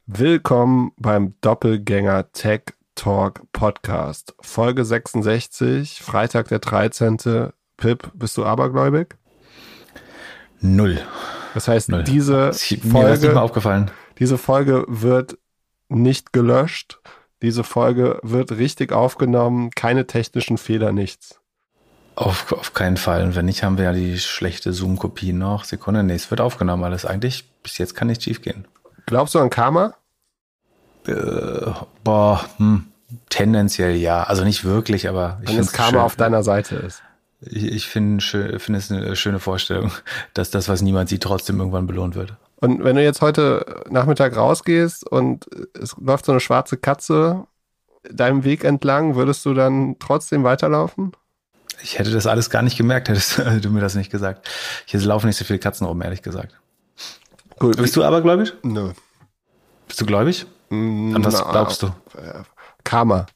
Willkommen beim Doppelgänger Tech Talk Podcast. Folge 66, Freitag der 13. Pip, bist du abergläubig? Null. Das heißt, Null. Diese Mir ist nicht mal aufgefallen. Diese Folge wird nicht gelöscht. Diese Folge wird richtig aufgenommen. Keine technischen Fehler, nichts. Auf keinen Fall. Und wenn nicht, haben wir ja die schlechte Zoom-Kopie noch. Sekunde, nee, es wird aufgenommen alles. Eigentlich, bis jetzt kann nichts schief gehen. Glaubst du an Karma? Tendenziell ja. Also nicht wirklich, aber ich finde es Karma schön, auf deiner Seite ist. Ich finde es eine schöne Vorstellung, dass das, was niemand sieht, trotzdem irgendwann belohnt wird. Und wenn du jetzt heute Nachmittag rausgehst und es läuft so eine schwarze Katze deinem Weg entlang, würdest du dann trotzdem weiterlaufen? Ich hätte das alles gar nicht gemerkt, hättest du mir das nicht gesagt. Hier laufen nicht so viele Katzen rum, ehrlich gesagt. Cool. Bist du abergläubisch? Nö. Bist du gläubig? An was glaubst du? Karma.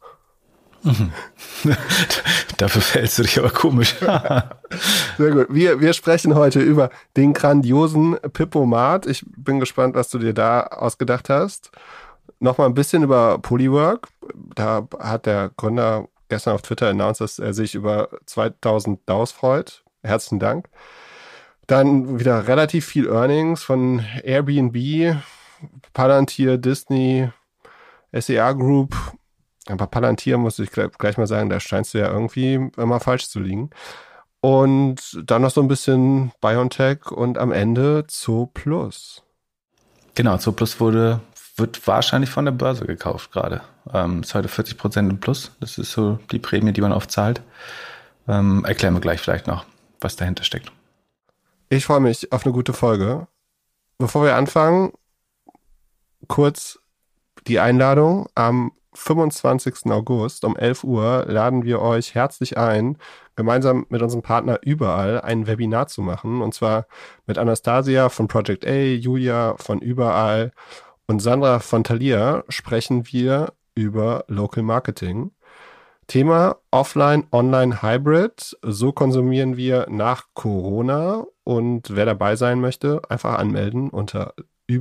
Dafür fällst du dich aber komisch. Sehr gut. Wir sprechen heute über den grandiosen Pippomat. Ich bin gespannt, was du dir da ausgedacht hast. Nochmal ein bisschen über Polywork. Da hat der Gründer gestern auf Twitter announced, dass er sich über 2000 DAUs freut. Herzlichen Dank. Dann wieder relativ viel Earnings von Airbnb, Palantir, Disney, SEA Group. Aber Palantir muss ich gleich mal sagen, da scheinst du ja irgendwie immer falsch zu liegen. Und dann noch so ein bisschen BioNTech und am Ende Zooplus. Genau, Zooplus wird wahrscheinlich von der Börse gekauft gerade. Ist heute 40% im Plus. Das ist so die Prämie, die man oft zahlt. Erklären wir gleich vielleicht noch, was dahinter steckt. Ich freue mich auf eine gute Folge. Bevor wir anfangen, kurz die Einladung. Am 25. August um 11 Uhr laden wir euch herzlich ein, gemeinsam mit unserem Partner Überall ein Webinar zu machen. Und zwar mit Anastasia von Project A, Julia von Überall und Sandra von Thalia sprechen wir über Local Marketing. Thema Offline, Online, Hybrid. So konsumieren wir nach Corona. Und wer dabei sein möchte, einfach anmelden unter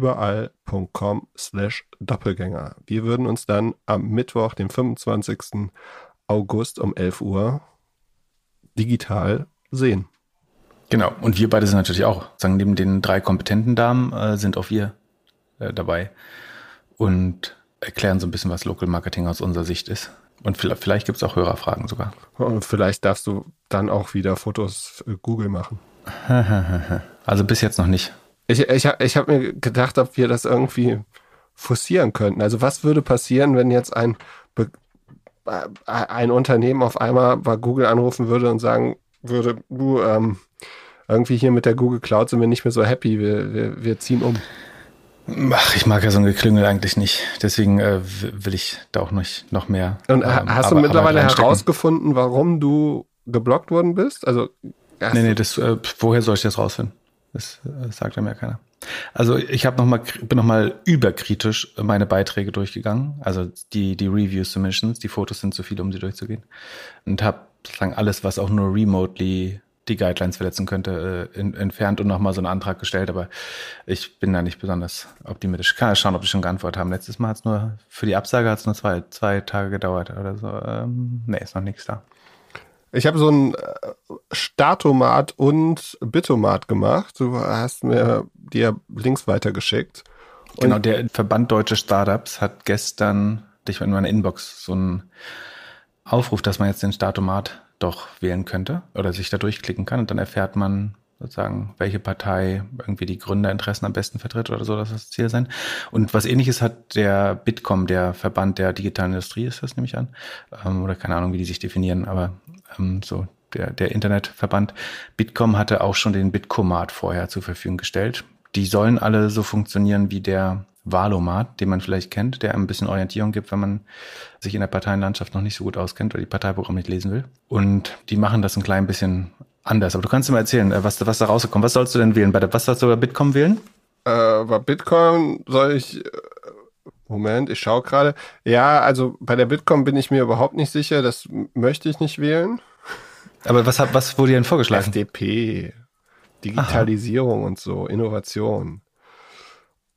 überall.com/Doppelgänger. Wir würden uns dann am Mittwoch, dem 25. August um 11 Uhr digital sehen. Genau, und wir beide sind natürlich auch, sagen, neben den 3 kompetenten Damen sind auch wir dabei und erklären so ein bisschen, was Local Marketing aus unserer Sicht ist. Und vielleicht gibt es auch Hörerfragen sogar. Und vielleicht darfst du dann auch wieder Fotos Google machen. Also bis jetzt noch nicht. Ich hab mir gedacht, ob wir das irgendwie forcieren könnten. Also was würde passieren, wenn jetzt ein Unternehmen auf einmal bei Google anrufen würde und sagen würde, du, irgendwie hier mit der Google Cloud sind wir nicht mehr so happy, wir ziehen um. Ach, ich mag ja so ein Geklüngel eigentlich nicht. Deswegen will ich da auch nicht noch mehr. Und hast du mittlerweile herausgefunden, warum du geblockt worden bist? Also Nee, woher soll ich das rausfinden? Das sagt ja mir keiner. Also ich bin noch mal überkritisch meine Beiträge durchgegangen. Also die Reviews Submissions, die Fotos sind zu viele, um sie durchzugehen. Und habe sozusagen alles, was auch nur remotely die Guidelines verletzen könnte, entfernt und nochmal so einen Antrag gestellt. Aber ich bin da nicht besonders optimistisch. Ich kann ja schauen, ob die schon geantwortet haben. Letztes Mal für die Absage hat es nur zwei Tage gedauert oder so. Nee, ist noch nichts da. Ich habe so ein Statomat und Bitomat gemacht. Du hast mir die Links weitergeschickt. Genau, der Verband Deutsche Startups hat gestern dich in meiner Inbox so einen Aufruf, dass man jetzt den Statomat doch wählen könnte oder sich da durchklicken kann. Und dann erfährt man sozusagen, welche Partei irgendwie die Gründerinteressen am besten vertritt oder so, das ist das Ziel sein. Und was Ähnliches hat der Bitkom, der Verband der digitalen Industrie, ist das, nehme ich an. Oder keine Ahnung, wie die sich definieren, aber so der Internetverband. Bitkom hatte auch schon den Bitkomat vorher zur Verfügung gestellt. Die sollen alle so funktionieren wie der Valomat, den man vielleicht kennt, der ein bisschen Orientierung gibt, wenn man sich in der Parteienlandschaft noch nicht so gut auskennt oder die Parteiprogramme nicht lesen will. Und die machen das ein klein bisschen anders. Aber du kannst dir mal erzählen, was da rausgekommen. Was sollst du denn wählen? Was sollst du bei Bitkom wählen? Bei Bitkom soll ich... Moment, ich schaue gerade. Ja, also bei der Bitkom bin ich mir überhaupt nicht sicher. Das möchte ich nicht wählen. Aber was wurde dir denn vorgeschlagen? FDP, Digitalisierung und so, Innovation.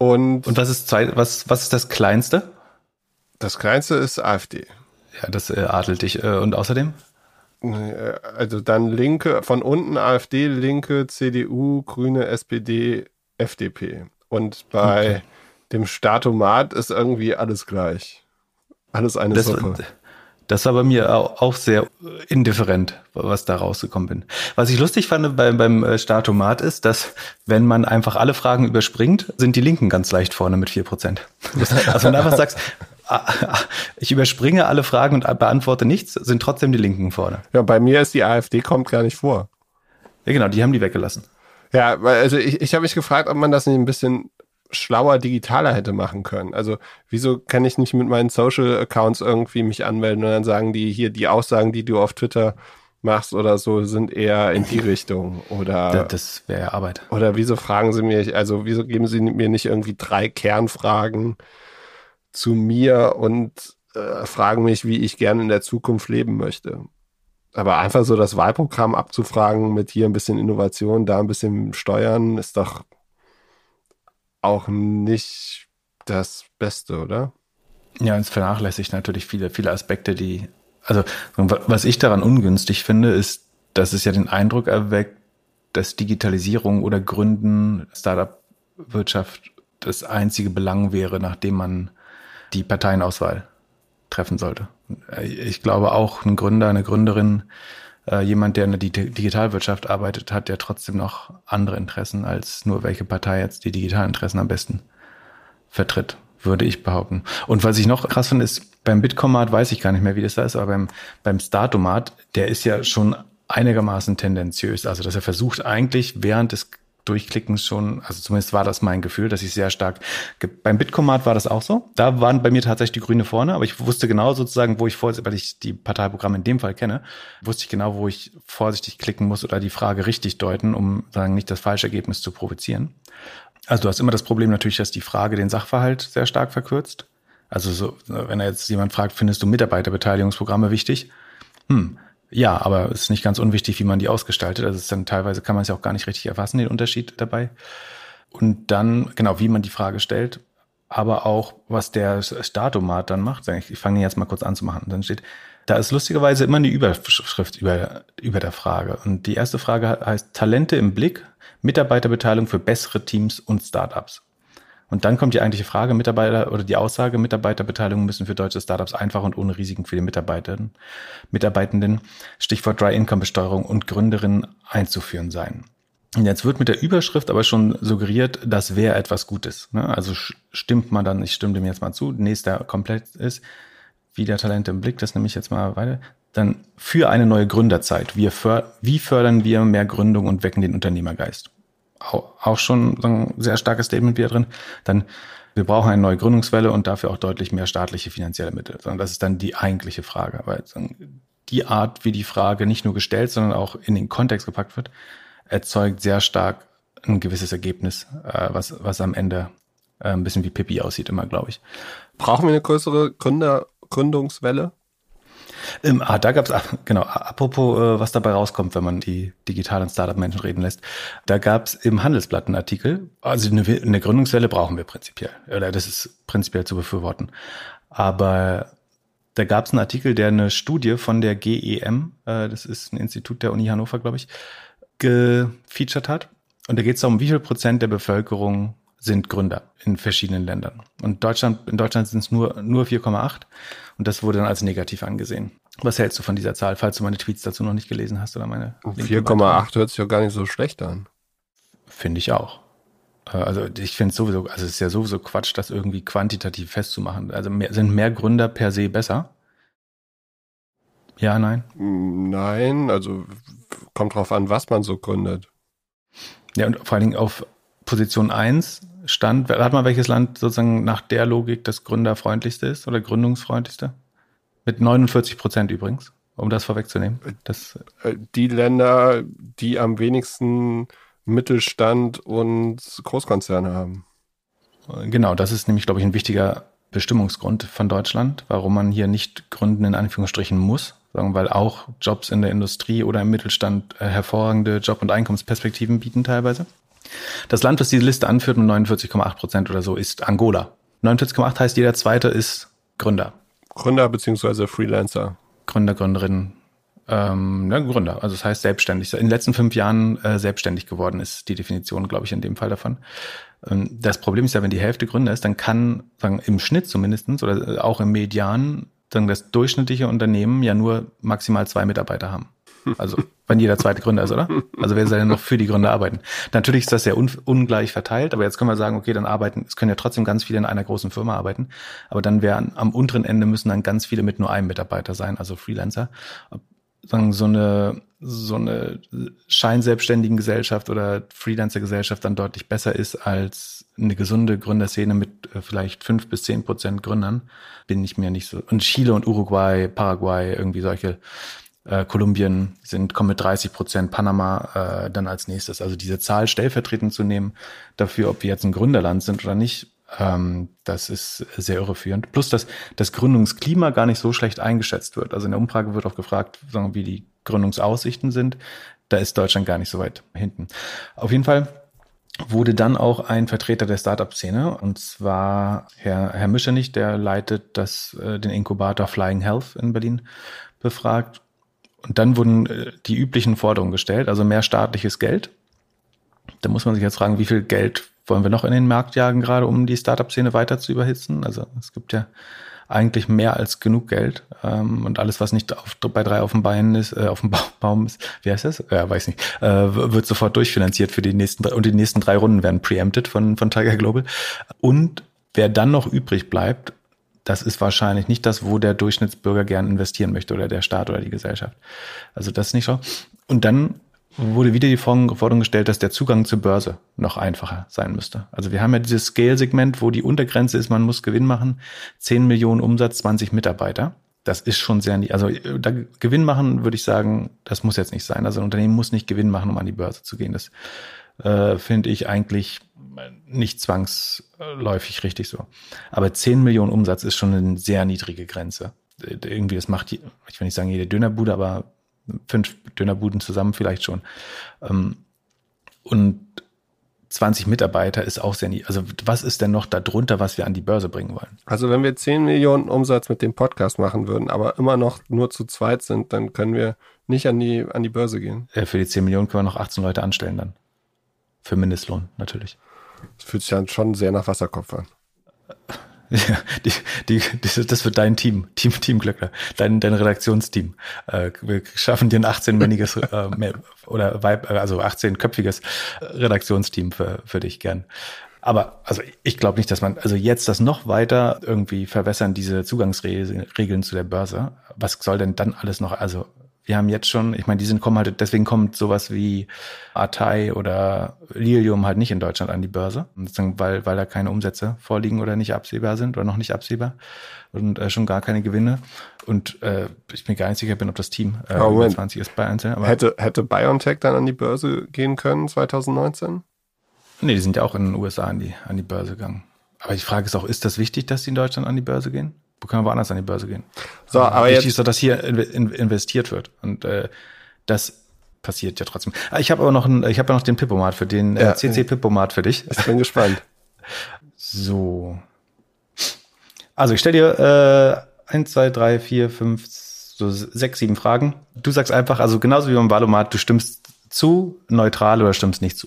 Und was ist das Kleinste? Das Kleinste ist AfD. Ja, das adelt dich. Und außerdem? Also dann Linke, von unten AfD, Linke, CDU, Grüne, SPD, FDP. Und bei dem Statomat ist irgendwie alles gleich. Alles eine Suppe. Das war bei mir auch sehr indifferent, was da rausgekommen bin. Was ich lustig fand beim Statomat ist, dass wenn man einfach alle Fragen überspringt, sind die Linken ganz leicht vorne mit 4%. Also wenn du einfach sagst, ich überspringe alle Fragen und beantworte nichts, sind trotzdem die Linken vorne. Ja, bei mir ist die AfD kommt gar nicht vor. Ja, genau, die haben die weggelassen. Ja, also ich habe mich gefragt, ob man das nicht ein bisschen schlauer, digitaler hätte machen können. Also wieso kann ich nicht mit meinen Social Accounts irgendwie mich anmelden und dann sagen die hier, die Aussagen, die du auf Twitter machst oder so, sind eher in die Richtung oder das wäre ja Arbeit. Oder wieso fragen sie mich, also wieso geben sie mir nicht irgendwie 3 Kernfragen zu mir und fragen mich, wie ich gerne in der Zukunft leben möchte. Aber einfach so das Wahlprogramm abzufragen mit hier ein bisschen Innovation, da ein bisschen Steuern, ist doch auch nicht das Beste, oder? Ja, es vernachlässigt natürlich viele Aspekte, also was ich daran ungünstig finde, ist, dass es ja den Eindruck erweckt, dass Digitalisierung oder Gründen, Startup-Wirtschaft das einzige Belang wäre, nachdem man die Parteienauswahl treffen sollte. Ich glaube auch ein Gründer, eine Gründerin, jemand, der in der Digitalwirtschaft arbeitet, hat ja trotzdem noch andere Interessen als nur welche Partei jetzt die digitalen Interessen am besten vertritt, würde ich behaupten. Und was ich noch krass finde, ist, beim Bitkomat weiß ich gar nicht mehr, wie das da ist, aber beim Statomat, der ist ja schon einigermaßen tendenziös. Also, dass er versucht eigentlich während des Durchklickens schon, also zumindest war das mein Gefühl, dass ich sehr stark, beim Bitkomat war das auch so. Da waren bei mir tatsächlich die Grüne vorne, aber ich wusste genau sozusagen, weil ich die Parteiprogramme in dem Fall kenne, wusste ich genau, wo ich vorsichtig klicken muss oder die Frage richtig deuten, um sagen, nicht das falsche Ergebnis zu provozieren. Also du hast immer das Problem natürlich, dass die Frage den Sachverhalt sehr stark verkürzt. Also so, wenn er jetzt jemand fragt, findest du Mitarbeiterbeteiligungsprogramme wichtig? Ja, aber es ist nicht ganz unwichtig, wie man die ausgestaltet. Also es ist dann teilweise kann man es ja auch gar nicht richtig erfassen, den Unterschied dabei. Und dann, genau, wie man die Frage stellt, aber auch, was der Statomat dann macht. Ich fange jetzt mal kurz an zu machen. Dann steht, da ist lustigerweise immer eine Überschrift über der Frage. Und die erste Frage heißt Talente im Blick, Mitarbeiterbeteiligung für bessere Teams und Startups. Und dann kommt die eigentliche Frage, die Aussage, Mitarbeiterbeteiligung müssen für deutsche Startups einfach und ohne Risiken für die Mitarbeitenden, Stichwort Dry-Income-Besteuerung und Gründerinnen einzuführen sein. Und jetzt wird mit der Überschrift aber schon suggeriert, das wäre etwas Gutes. Also stimmt man dann, ich stimme dem jetzt mal zu, nächster komplett ist, wieder Talente im Blick, das nehme ich jetzt mal weiter. Dann für eine neue Gründerzeit. Wie fördern wir mehr Gründung und wecken den Unternehmergeist? Auch schon so ein sehr starkes Statement wieder drin. Dann, wir brauchen eine neue Gründungswelle und dafür auch deutlich mehr staatliche finanzielle Mittel. Sondern das ist dann die eigentliche Frage. Weil die Art, wie die Frage nicht nur gestellt, sondern auch in den Kontext gepackt wird, erzeugt sehr stark ein gewisses Ergebnis, was am Ende ein bisschen wie Pippi aussieht immer, glaube ich. Brauchen wir eine größere Gründungswelle? Da gab's, genau, apropos, was dabei rauskommt, wenn man die digitalen Startup-Menschen reden lässt. Da gab's im Handelsblatt einen Artikel, also eine Gründungswelle brauchen wir prinzipiell, oder das ist prinzipiell zu befürworten. Aber da gab's einen Artikel, der eine Studie von der GEM, das ist ein Institut der Uni Hannover, glaube ich, gefeatured hat. Und da geht's darum, wie viel Prozent der Bevölkerung sind Gründer in verschiedenen Ländern. Und in Deutschland sind es nur 4,8 und das wurde dann als negativ angesehen. Was hältst du von dieser Zahl, falls du meine Tweets dazu noch nicht gelesen hast oder meine 4,8 hört sich ja gar nicht so schlecht an. Finde ich auch. Also ich finde es sowieso, also es ist ja sowieso Quatsch, das irgendwie quantitativ festzumachen. Also sind mehr Gründer per se besser? Ja, nein? Nein, also kommt drauf an, was man so gründet. Ja, und vor allen Dingen auf Position 1 stand, rat mal, welches Land sozusagen nach der Logik das gründerfreundlichste ist oder gründungsfreundlichste? Mit 49% übrigens, um das vorwegzunehmen. Die Länder, die am wenigsten Mittelstand und Großkonzerne haben. Genau, das ist nämlich, glaube ich, ein wichtiger Bestimmungsgrund von Deutschland, warum man hier nicht gründen in Anführungsstrichen muss, weil auch Jobs in der Industrie oder im Mittelstand hervorragende Job- und Einkommensperspektiven bieten teilweise. Das Land, das diese Liste anführt mit 49,8% oder so, ist Angola. 49,8 heißt, jeder Zweite ist Gründer. Gründer bzw. Freelancer. Gründer, Gründerin. Gründer, also das heißt selbstständig. In den letzten 5 Jahren selbstständig geworden ist die Definition, glaube ich, in dem Fall davon. Das Problem ist ja, wenn die Hälfte Gründer ist, dann kann, sagen im Schnitt zumindest oder auch im Median, sagen das durchschnittliche Unternehmen ja nur maximal 2 Mitarbeiter haben. Also wenn jeder zweite Gründer ist, oder? Also wer soll denn noch für die Gründer arbeiten? Natürlich ist das sehr ungleich verteilt, aber jetzt können wir sagen, okay, dann es können ja trotzdem ganz viele in einer großen Firma arbeiten, aber dann am unteren Ende müssen dann ganz viele mit nur einem Mitarbeiter sein, also Freelancer. Sagen so eine scheinselbstständigen Gesellschaft oder Freelancer-Gesellschaft dann deutlich besser ist als eine gesunde Gründerszene mit vielleicht 5-10% Gründern, bin ich mir nicht so. Und Chile und Uruguay, Paraguay, irgendwie solche, Kolumbien kommen mit 30%, Panama dann als nächstes. Also diese Zahl stellvertretend zu nehmen dafür, ob wir jetzt ein Gründerland sind oder nicht, das ist sehr irreführend. Plus, dass das Gründungsklima gar nicht so schlecht eingeschätzt wird. Also in der Umfrage wird auch gefragt, wie die Gründungsaussichten sind. Da ist Deutschland gar nicht so weit hinten. Auf jeden Fall wurde dann auch ein Vertreter der Startup-Szene, und zwar Herr Mischernich, der leitet den Inkubator Flying Health in Berlin, befragt. Und dann wurden die üblichen Forderungen gestellt, also mehr staatliches Geld. Da muss man sich jetzt fragen, wie viel Geld wollen wir noch in den Markt jagen, gerade um die Startup-Szene weiter zu überhitzen? Also es gibt ja eigentlich mehr als genug Geld. Und alles, was nicht bei 3 auf dem Bein ist, auf dem Baum ist, wie heißt das? Ja, weiß nicht. Wird sofort durchfinanziert für die nächsten 3, und die nächsten 3 Runden werden preempted von Tiger Global. Und wer dann noch übrig bleibt, das ist wahrscheinlich nicht das, wo der Durchschnittsbürger gern investieren möchte oder der Staat oder die Gesellschaft. Also das ist nicht so. Und dann wurde wieder die Forderung gestellt, dass der Zugang zur Börse noch einfacher sein müsste. Also wir haben ja dieses Scale-Segment, wo die Untergrenze ist, man muss Gewinn machen, 10 Millionen Umsatz, 20 Mitarbeiter. Das ist schon sehr, also da Gewinn machen, würde ich sagen, das muss jetzt nicht sein. Also ein Unternehmen muss nicht Gewinn machen, um an die Börse zu gehen. Das finde ich eigentlich nicht zwangsläufig richtig so. Aber 10 Millionen Umsatz ist schon eine sehr niedrige Grenze. Irgendwie, das macht, ich will nicht sagen jede Dönerbude, aber 5 Dönerbuden zusammen vielleicht schon. Und 20 Mitarbeiter ist auch sehr niedrig. Also was ist denn noch da drunter, was wir an die Börse bringen wollen? Also wenn wir 10 Millionen Umsatz mit dem Podcast machen würden, aber immer noch nur zu zweit sind, dann können wir nicht an die Börse gehen. Für die 10 Millionen können wir noch 18 Leute anstellen dann. Für Mindestlohn natürlich. Das fühlt sich dann schon sehr nach Wasserkopf an. Ja, das wird dein Team Glöckler, dein Redaktionsteam. Wir schaffen dir ein 18-männiges oder 18-köpfiges Redaktionsteam für dich gern. Aber also ich glaube nicht, dass man also jetzt das noch weiter irgendwie verwässern, diese Zugangsregeln zu der Börse. Was soll denn dann alles noch? Also wir haben jetzt schon, ich meine, deswegen kommt sowas wie Atai oder Lilium halt nicht in Deutschland an die Börse, weil da keine Umsätze vorliegen oder nicht absehbar sind oder noch nicht absehbar und schon gar keine Gewinne. Und ich mir gar nicht sicher bin, ob das Team über 20 ist bei Einzelnen. Aber hätte BioNTech dann an die Börse gehen können 2019? Nee, die sind ja auch in den USA an die Börse gegangen. Aber die Frage ist auch, ist das wichtig, dass die in Deutschland an die Börse gehen? Wo können wir woanders an die Börse gehen? So, aber wichtig ist doch, dass hier investiert wird. Und das passiert ja trotzdem. Ich habe ja noch den Pippomat für den CC Pippomat für dich. Ich bin gespannt. So. Also ich stelle dir 1, 2, 3, 4, 5, so 6, 7 Fragen. Du sagst einfach, also genauso wie beim Valomat, du stimmst zu, neutral oder stimmst nicht zu.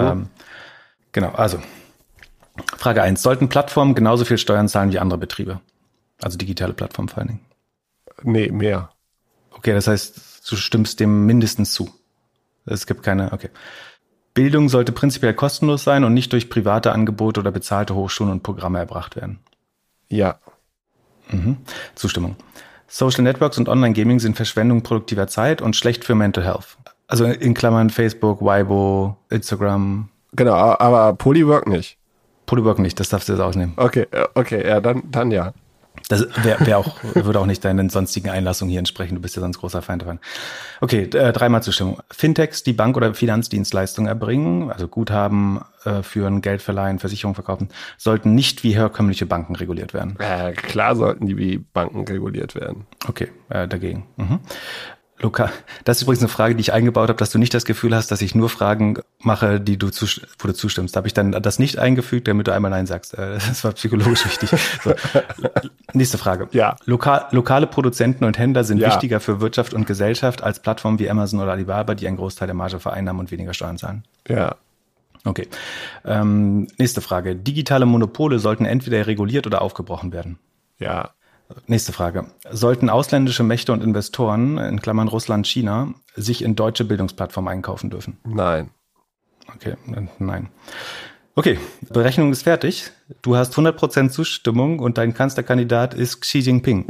Genau, also Frage 1. Sollten Plattformen genauso viel Steuern zahlen wie andere Betriebe? Also digitale Plattformen vor allen Dingen. Nee, mehr. Okay, das heißt, du stimmst dem mindestens zu. Es gibt keine, okay. Bildung sollte prinzipiell kostenlos sein und nicht durch private Angebote oder bezahlte Hochschulen und Programme erbracht werden. Ja. Zustimmung. Social Networks und Online-Gaming sind Verschwendung produktiver Zeit und schlecht für Mental Health. Also in Klammern Facebook, Weibo, Instagram. Genau, aber Polywork nicht. Polywork nicht, das darfst du jetzt ausnehmen. Okay, ja, dann ja. Das würde auch nicht deinen sonstigen Einlassungen hier entsprechen. Du bist ja sonst großer Feind davon. Okay, 3-mal Zustimmung. Fintechs, die Bank- oder Finanzdienstleistungen erbringen, also Guthaben führen, Geld verleihen, Versicherungen verkaufen, sollten nicht wie herkömmliche Banken reguliert werden. Klar sollten die wie Banken reguliert werden. Okay, dagegen. Das ist übrigens eine Frage, die ich eingebaut habe, dass du nicht das Gefühl hast, dass ich nur Fragen mache, wo du zustimmst. Da habe ich dann das nicht eingefügt, damit du einmal Nein sagst. Das war psychologisch wichtig. So. Nächste Frage. Ja. Lokale Produzenten und Händler sind wichtiger für Wirtschaft und Gesellschaft als Plattformen wie Amazon oder Alibaba, die einen Großteil der Marge vereinnahmen und weniger Steuern zahlen. Ja. Okay. Nächste Frage. Digitale Monopole sollten entweder reguliert oder aufgebrochen werden. Ja. Nächste Frage. Sollten ausländische Mächte und Investoren, in Klammern Russland, China, sich in deutsche Bildungsplattformen einkaufen dürfen? Nein. Okay, nein. Okay, Berechnung ist fertig. Du hast 100% Zustimmung und dein Kanzlerkandidat ist Xi Jinping.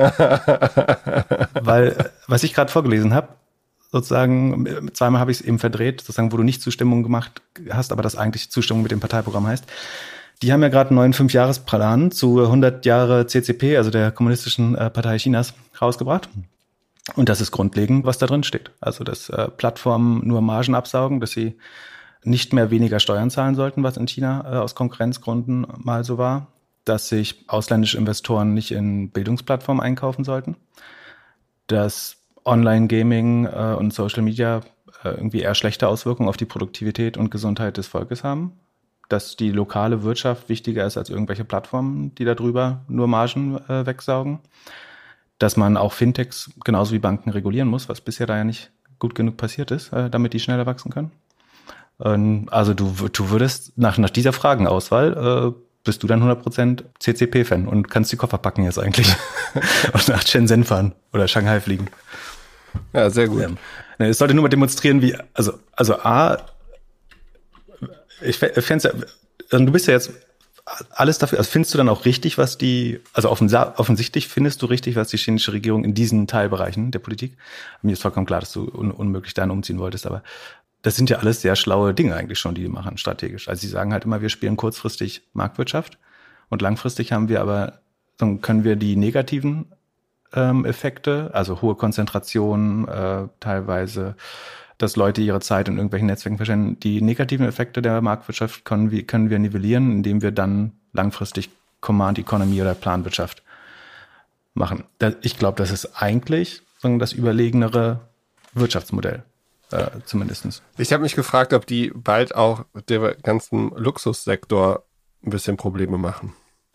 Weil, was ich gerade vorgelesen habe, sozusagen, zweimal habe ich es eben verdreht, sozusagen, wo du nicht Zustimmung gemacht hast, aber das eigentlich Zustimmung mit dem Parteiprogramm heißt. Die haben ja gerade einen neuen 5-Jahres-Plan zu 100 Jahre CCP, also der Kommunistischen Partei Chinas, rausgebracht. Und das ist grundlegend, was da drin steht. Also, dass Plattformen nur Margen absaugen, dass sie nicht mehr weniger Steuern zahlen sollten, was in China aus Konkurrenzgründen mal so war, dass sich ausländische Investoren nicht in Bildungsplattformen einkaufen sollten, dass Online-Gaming und Social Media irgendwie eher schlechte Auswirkungen auf die Produktivität und Gesundheit des Volkes haben, dass die lokale Wirtschaft wichtiger ist als irgendwelche Plattformen, die darüber nur Margen wegsaugen, dass man auch Fintechs genauso wie Banken regulieren muss, was bisher da ja nicht gut genug passiert ist, damit die schneller wachsen können. Also du würdest nach dieser Fragenauswahl bist du dann 100% CCP-Fan und kannst die Koffer packen jetzt eigentlich und nach Shenzhen fahren oder Shanghai fliegen. Ja, sehr gut. Es sollte nur mal demonstrieren, wie, also A, ich fände du bist ja jetzt alles dafür, also findest du dann auch richtig, offensichtlich findest du richtig, was die chinesische Regierung in diesen Teilbereichen der Politik, mir ist vollkommen klar, dass du unmöglich dahin umziehen wolltest, aber das sind ja alles sehr schlaue Dinge eigentlich schon, die machen strategisch. Also sie sagen halt immer, wir spielen kurzfristig Marktwirtschaft und langfristig haben wir aber, dann können wir die negativen Effekte, also hohe Konzentration, teilweise, dass Leute ihre Zeit in irgendwelchen Netzwerken verschwenden. Die negativen Effekte der Marktwirtschaft können wir nivellieren, indem wir dann langfristig Command Economy oder Planwirtschaft machen. Ich glaube, das ist eigentlich das überlegenere Wirtschaftsmodell, zumindestens. Ich habe mich gefragt, ob die bald auch dem ganzen Luxussektor ein bisschen Probleme machen.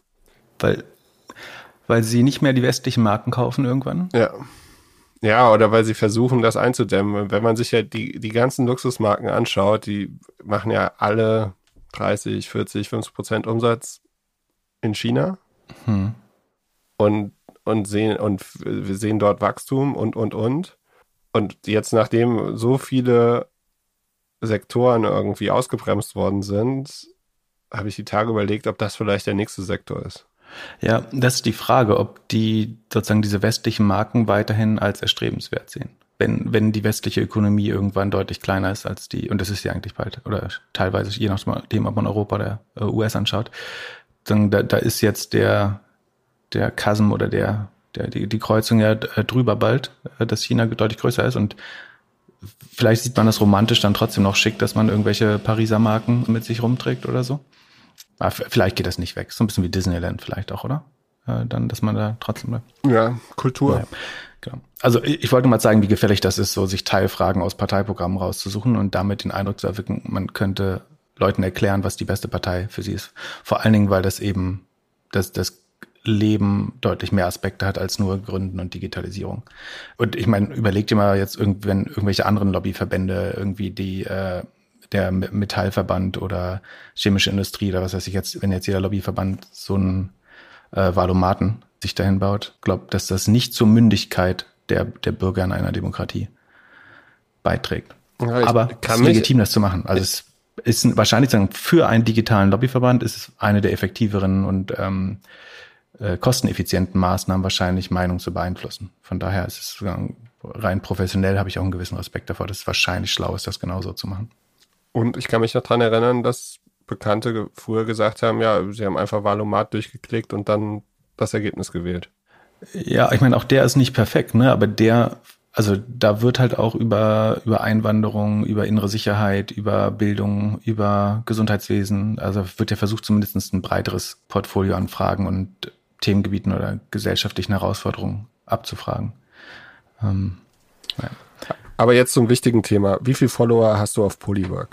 Weil sie nicht mehr die westlichen Marken kaufen irgendwann? Ja. Ja, oder weil sie versuchen, das einzudämmen. Wenn man sich ja die ganzen Luxusmarken anschaut, die machen ja alle 30, 40, 50% Umsatz in China. Und wir sehen dort Wachstum und. Und jetzt, nachdem so viele Sektoren irgendwie ausgebremst worden sind, habe ich die Tage überlegt, ob das vielleicht der nächste Sektor ist. Ja, das ist die Frage, ob die sozusagen diese westlichen Marken weiterhin als erstrebenswert sehen. Wenn die westliche Ökonomie irgendwann deutlich kleiner ist als die, und das ist ja eigentlich bald, oder teilweise, je nachdem, ob man Europa oder US anschaut, dann da ist jetzt der Chasm oder die Kreuzung ja drüber bald, dass China deutlich größer ist und vielleicht sieht man das romantisch dann trotzdem noch schick, dass man irgendwelche Pariser Marken mit sich rumträgt oder so. Aber vielleicht geht das nicht weg. So ein bisschen wie Disneyland vielleicht auch, oder? Dann, dass man da trotzdem bleibt. Ja, Kultur. Ja, genau. Also ich wollte mal zeigen, wie gefährlich das ist, so sich Teilfragen aus Parteiprogrammen rauszusuchen und damit den Eindruck zu erwecken, man könnte Leuten erklären, was die beste Partei für sie ist. Vor allen Dingen, weil das eben das Leben deutlich mehr Aspekte hat als nur Gründen und Digitalisierung. Und ich meine, überleg dir mal jetzt wenn irgendwelche anderen Lobbyverbände irgendwie der Metallverband oder chemische Industrie oder was weiß ich jetzt, wenn jetzt jeder Lobbyverband so einen Valomaten sich dahin baut, glaubt, dass das nicht zur Mündigkeit der Bürger in einer Demokratie beiträgt. Ja, aber es ist legitim, das zu machen. Also es ist wahrscheinlich für einen digitalen Lobbyverband ist es eine der effektiveren und kosteneffizienten Maßnahmen wahrscheinlich Meinung zu beeinflussen. Von daher ist es rein professionell, habe ich auch einen gewissen Respekt davor, dass es wahrscheinlich schlau ist, das genauso zu machen. Und ich kann mich noch dran erinnern, dass Bekannte früher gesagt haben, ja, sie haben einfach Valomat durchgeklickt und dann das Ergebnis gewählt. Ja, ich meine, auch der ist nicht perfekt, ne? Aber da wird halt auch über Einwanderung, über innere Sicherheit, über Bildung, über Gesundheitswesen, also wird ja versucht, zumindest ein breiteres Portfolio an Fragen und Themengebieten oder gesellschaftlichen Herausforderungen abzufragen. Ja. Aber jetzt zum wichtigen Thema. Wie viele Follower hast du auf Polywork?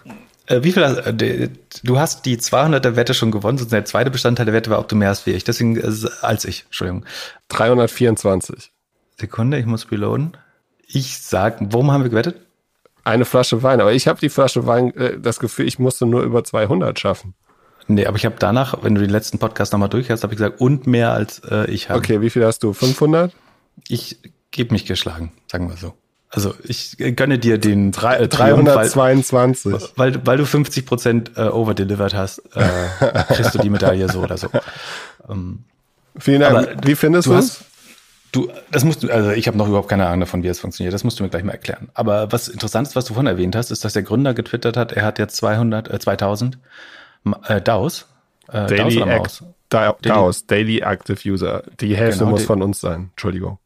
Du hast die 200er-Wette schon gewonnen, sonst der zweite Bestandteil der Wette war, ob du mehr hast wie ich. Deswegen, Entschuldigung. 324. Sekunde, ich muss reloaden. Ich sag, worum haben wir gewettet? Eine Flasche Wein. Aber ich habe die Flasche Wein, das Gefühl, ich musste nur über 200 schaffen. Nee, aber ich habe danach, wenn du den letzten Podcast nochmal durchhast, habe ich gesagt, und mehr als ich habe. Okay, wie viel hast du? 500? Ich gebe mich geschlagen, sagen wir so. Also ich gönne dir den 322. Weil du 50% overdelivered hast, kriegst du die Medaille so oder so. Vielen Dank. Aber wie findest du es? Also ich habe noch überhaupt keine Ahnung davon, wie es funktioniert. Das musst du mir gleich mal erklären. Aber was interessant ist, was du vorhin erwähnt hast, ist, dass der Gründer getwittert hat, er hat jetzt 2000 DAOs. DAOs, Daily Active User. Die Hälfte muss von uns sein. Entschuldigung.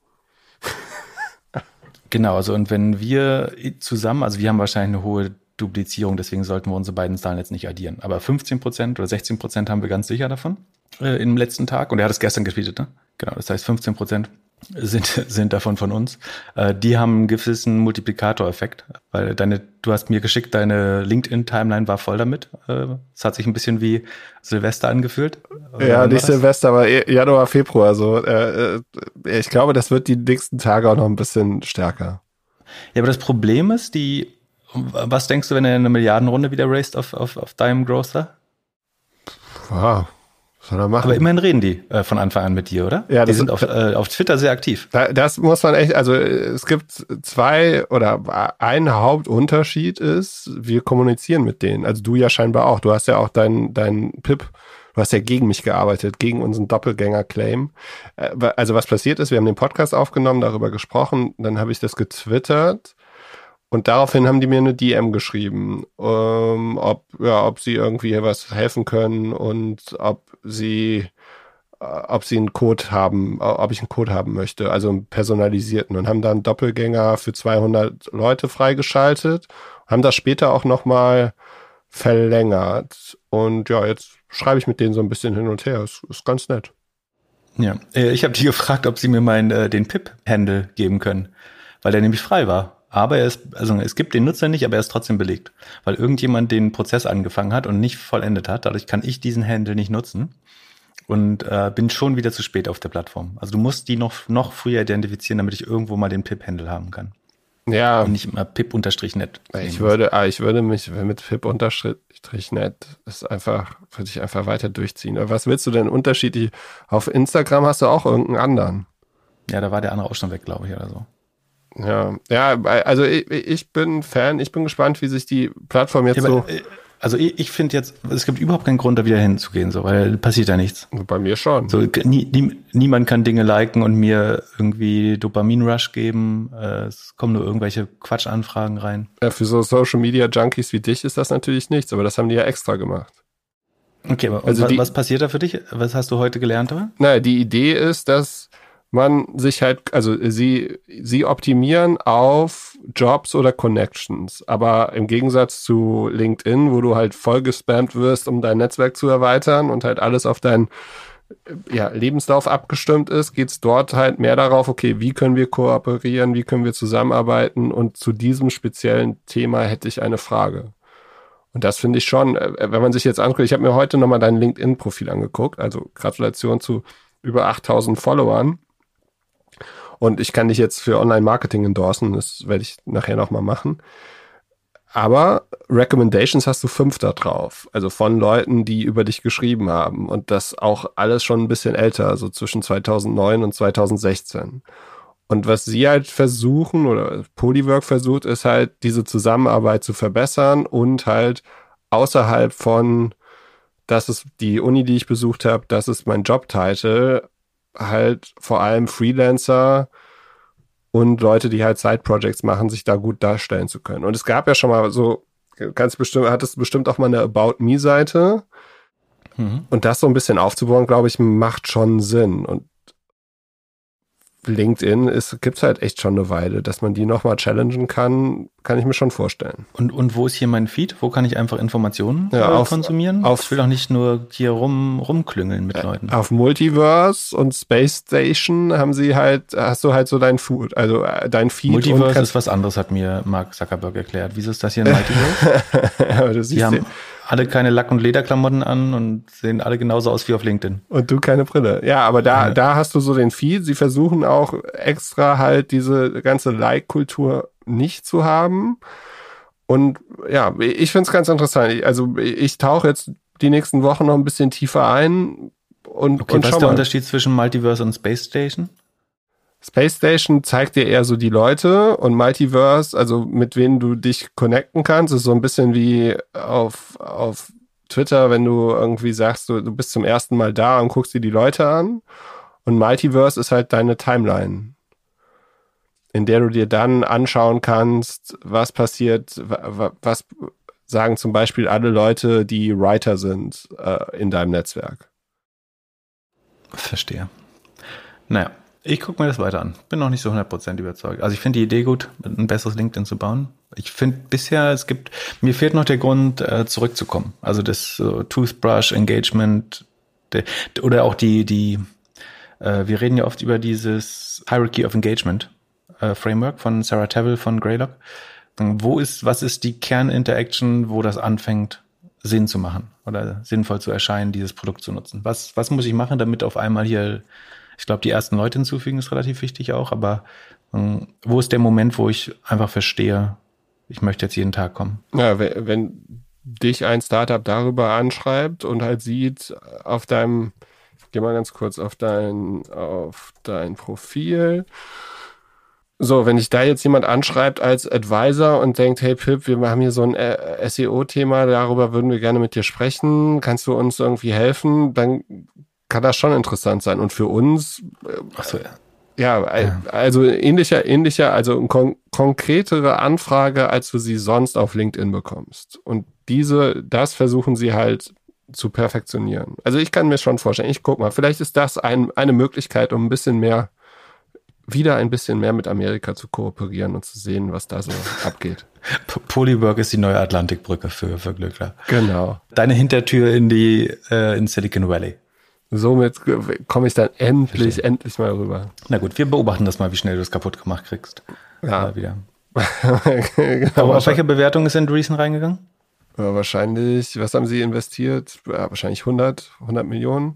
Genau, also und wenn wir zusammen, also wir haben wahrscheinlich eine hohe Duplizierung, deswegen sollten wir unsere beiden Zahlen jetzt nicht addieren. Aber 15% oder 16% haben wir ganz sicher davon im letzten Tag. Und er hat es gestern getweetet, ne? Genau, das heißt 15% sind davon von uns. Die haben einen gewissen Multiplikatoreffekt, weil du hast mir geschickt, deine LinkedIn-Timeline war voll damit. Es hat sich ein bisschen wie Silvester angefühlt. Ja, nicht Silvester, aber Januar, Februar. So. Ich glaube, das wird die nächsten Tage auch noch ein bisschen stärker. Ja, aber das Problem ist, was denkst du, wenn er eine Milliardenrunde wieder raced auf deinem Growther? Wow. Soll er machen. Aber immerhin reden die von Anfang an mit dir, oder? Ja, die sind auf Twitter sehr aktiv. Das muss man echt, also es gibt ein Hauptunterschied ist, wir kommunizieren mit denen. Also du ja scheinbar auch. Du hast ja auch dein Pip, du hast ja gegen mich gearbeitet, gegen unseren Doppelgänger-Claim. Also was passiert ist, wir haben den Podcast aufgenommen, darüber gesprochen, dann habe ich das getwittert. Und daraufhin haben die mir eine DM geschrieben, ob sie irgendwie was helfen können und ob sie einen Code haben, ob ich einen Code haben möchte, also einen personalisierten, und haben dann Doppelgänger für 200 Leute freigeschaltet, haben das später auch nochmal verlängert. Und ja, jetzt schreibe ich mit denen so ein bisschen hin und her. Ist ganz nett. Ja, ich habe die gefragt, ob sie mir den Pip-Handle geben können, weil der nämlich frei war. Aber es gibt den Nutzer nicht, aber er ist trotzdem belegt, weil irgendjemand den Prozess angefangen hat und nicht vollendet hat. Dadurch kann ich diesen Handle nicht nutzen und bin schon wieder zu spät auf der Plattform. Also du musst die noch früher identifizieren, damit ich irgendwo mal den Pip-Handle haben kann. Ja. Und nicht immer Pip-net. Ich würde mich mit Pip-net würde ich einfach weiter durchziehen. Aber was willst du denn unterschiedlich? Auf Instagram hast du auch irgendeinen anderen. Ja, da war der andere auch schon weg, glaube ich, oder so. Ja, also ich bin Fan, ich bin gespannt, wie sich die Plattform jetzt so... Also ich finde jetzt, es gibt überhaupt keinen Grund, da wieder hinzugehen, so, weil passiert ja nichts. Bei mir schon. So, niemand kann Dinge liken und mir irgendwie Dopamin-Rush geben. Es kommen nur irgendwelche Quatschanfragen rein. Ja, für so Social-Media-Junkies wie dich ist das natürlich nichts, aber das haben die ja extra gemacht. Okay, aber also was passiert da für dich? Was hast du heute gelernt, oder? Naja, die Idee ist, dass man sich halt, also sie optimieren auf Jobs oder Connections, aber im Gegensatz zu LinkedIn, wo du halt voll gespammt wirst, um dein Netzwerk zu erweitern und halt alles auf deinen Lebenslauf abgestimmt ist, geht's dort halt mehr darauf, okay, wie können wir kooperieren, wie können wir zusammenarbeiten, und zu diesem speziellen Thema hätte ich eine Frage. Und das finde ich schon, wenn man sich jetzt anguckt, ich habe mir heute nochmal dein LinkedIn-Profil angeguckt, also Gratulation zu über 8000 Followern. Und ich kann dich jetzt für Online-Marketing endorsen, das werde ich nachher nochmal machen. Aber Recommendations hast du 5 da drauf. Also von Leuten, die über dich geschrieben haben. Und das auch alles schon ein bisschen älter, so zwischen 2009 und 2016. Und was sie halt versuchen, oder Polywork versucht, ist halt, diese Zusammenarbeit zu verbessern und halt außerhalb von, das ist die Uni, die ich besucht habe, das ist mein Jobtitel, halt vor allem Freelancer und Leute, die halt Side-Projects machen, sich da gut darstellen zu können. Und es gab ja schon mal so, hattest bestimmt auch mal eine About-Me-Seite. Und das so ein bisschen aufzubauen, glaube ich, macht schon Sinn. Und LinkedIn gibt's halt echt schon eine Weile. Dass man die nochmal challengen kann ich mir schon vorstellen. Und wo ist hier mein Feed? Wo kann ich einfach Informationen konsumieren? Ich will auch nicht nur hier rumklüngeln mit Leuten. Auf Multiverse und Space Station hast du halt so dein Food, also dein Feed. Multiverse ist was anderes, hat mir Mark Zuckerberg erklärt. Wieso ist das hier ein Multiverse? Die haben alle keine Lack- und Lederklamotten an und sehen alle genauso aus wie auf LinkedIn. Und du keine Brille. Ja, aber da hast du so den Feed. Sie versuchen auch extra halt diese ganze Like-Kultur nicht zu haben. Und ja, ich finde es ganz interessant. Ich tauche jetzt die nächsten Wochen noch ein bisschen tiefer ein. Und was ist der Unterschied zwischen Multiverse und Space Station? Space Station zeigt dir eher so die Leute und Multiverse, also mit wem du dich connecten kannst, ist so ein bisschen wie auf Twitter, wenn du irgendwie sagst, du bist zum ersten Mal da und guckst dir die Leute an. Und Multiverse ist halt deine Timeline, in der du dir dann anschauen kannst, was passiert, was sagen zum Beispiel alle Leute, die Writer sind in deinem Netzwerk. Verstehe. Naja. Ich gucke mir das weiter an. Bin noch nicht so 100% überzeugt. Also ich finde die Idee gut, ein besseres LinkedIn zu bauen. Ich finde bisher, mir fehlt noch der Grund, zurückzukommen. Also das Toothbrush Engagement oder auch wir reden ja oft über dieses Hierarchy of Engagement Framework von Sarah Tavel von Greylock. Was ist die Kerninteraction, wo das anfängt, Sinn zu machen oder sinnvoll zu erscheinen, dieses Produkt zu nutzen? Was muss ich machen, damit auf einmal hier, ich glaube, die ersten Leute hinzufügen ist relativ wichtig auch, aber wo ist der Moment, wo ich einfach verstehe, ich möchte jetzt jeden Tag kommen? Ja, wenn dich ein Startup darüber anschreibt und halt sieht auf deinem, geh mal ganz kurz auf dein Profil. So, wenn dich da jetzt jemand anschreibt als Advisor und denkt, hey Pip, wir haben hier so ein SEO-Thema, darüber würden wir gerne mit dir sprechen, kannst du uns irgendwie helfen, dann kann das schon interessant sein. Und für uns, also ähnlicher, also eine konkretere Anfrage, als du sie sonst auf LinkedIn bekommst. Und das versuchen sie halt zu perfektionieren. Also ich kann mir schon vorstellen, guck mal, vielleicht ist das eine Möglichkeit, um ein bisschen mehr mit Amerika zu kooperieren und zu sehen, was da so abgeht. Polywork ist die neue Atlantikbrücke für Glückler. Genau. Deine Hintertür in Silicon Valley. Somit komme ich dann endlich mal rüber. Na gut, wir beobachten das mal, wie schnell du es kaputt gemacht kriegst. Ja. Wieder. Genau. Aber auf welche Bewertung ist Andreessen reingegangen? Ja, wahrscheinlich, was haben sie investiert? Ja, wahrscheinlich 100 Millionen.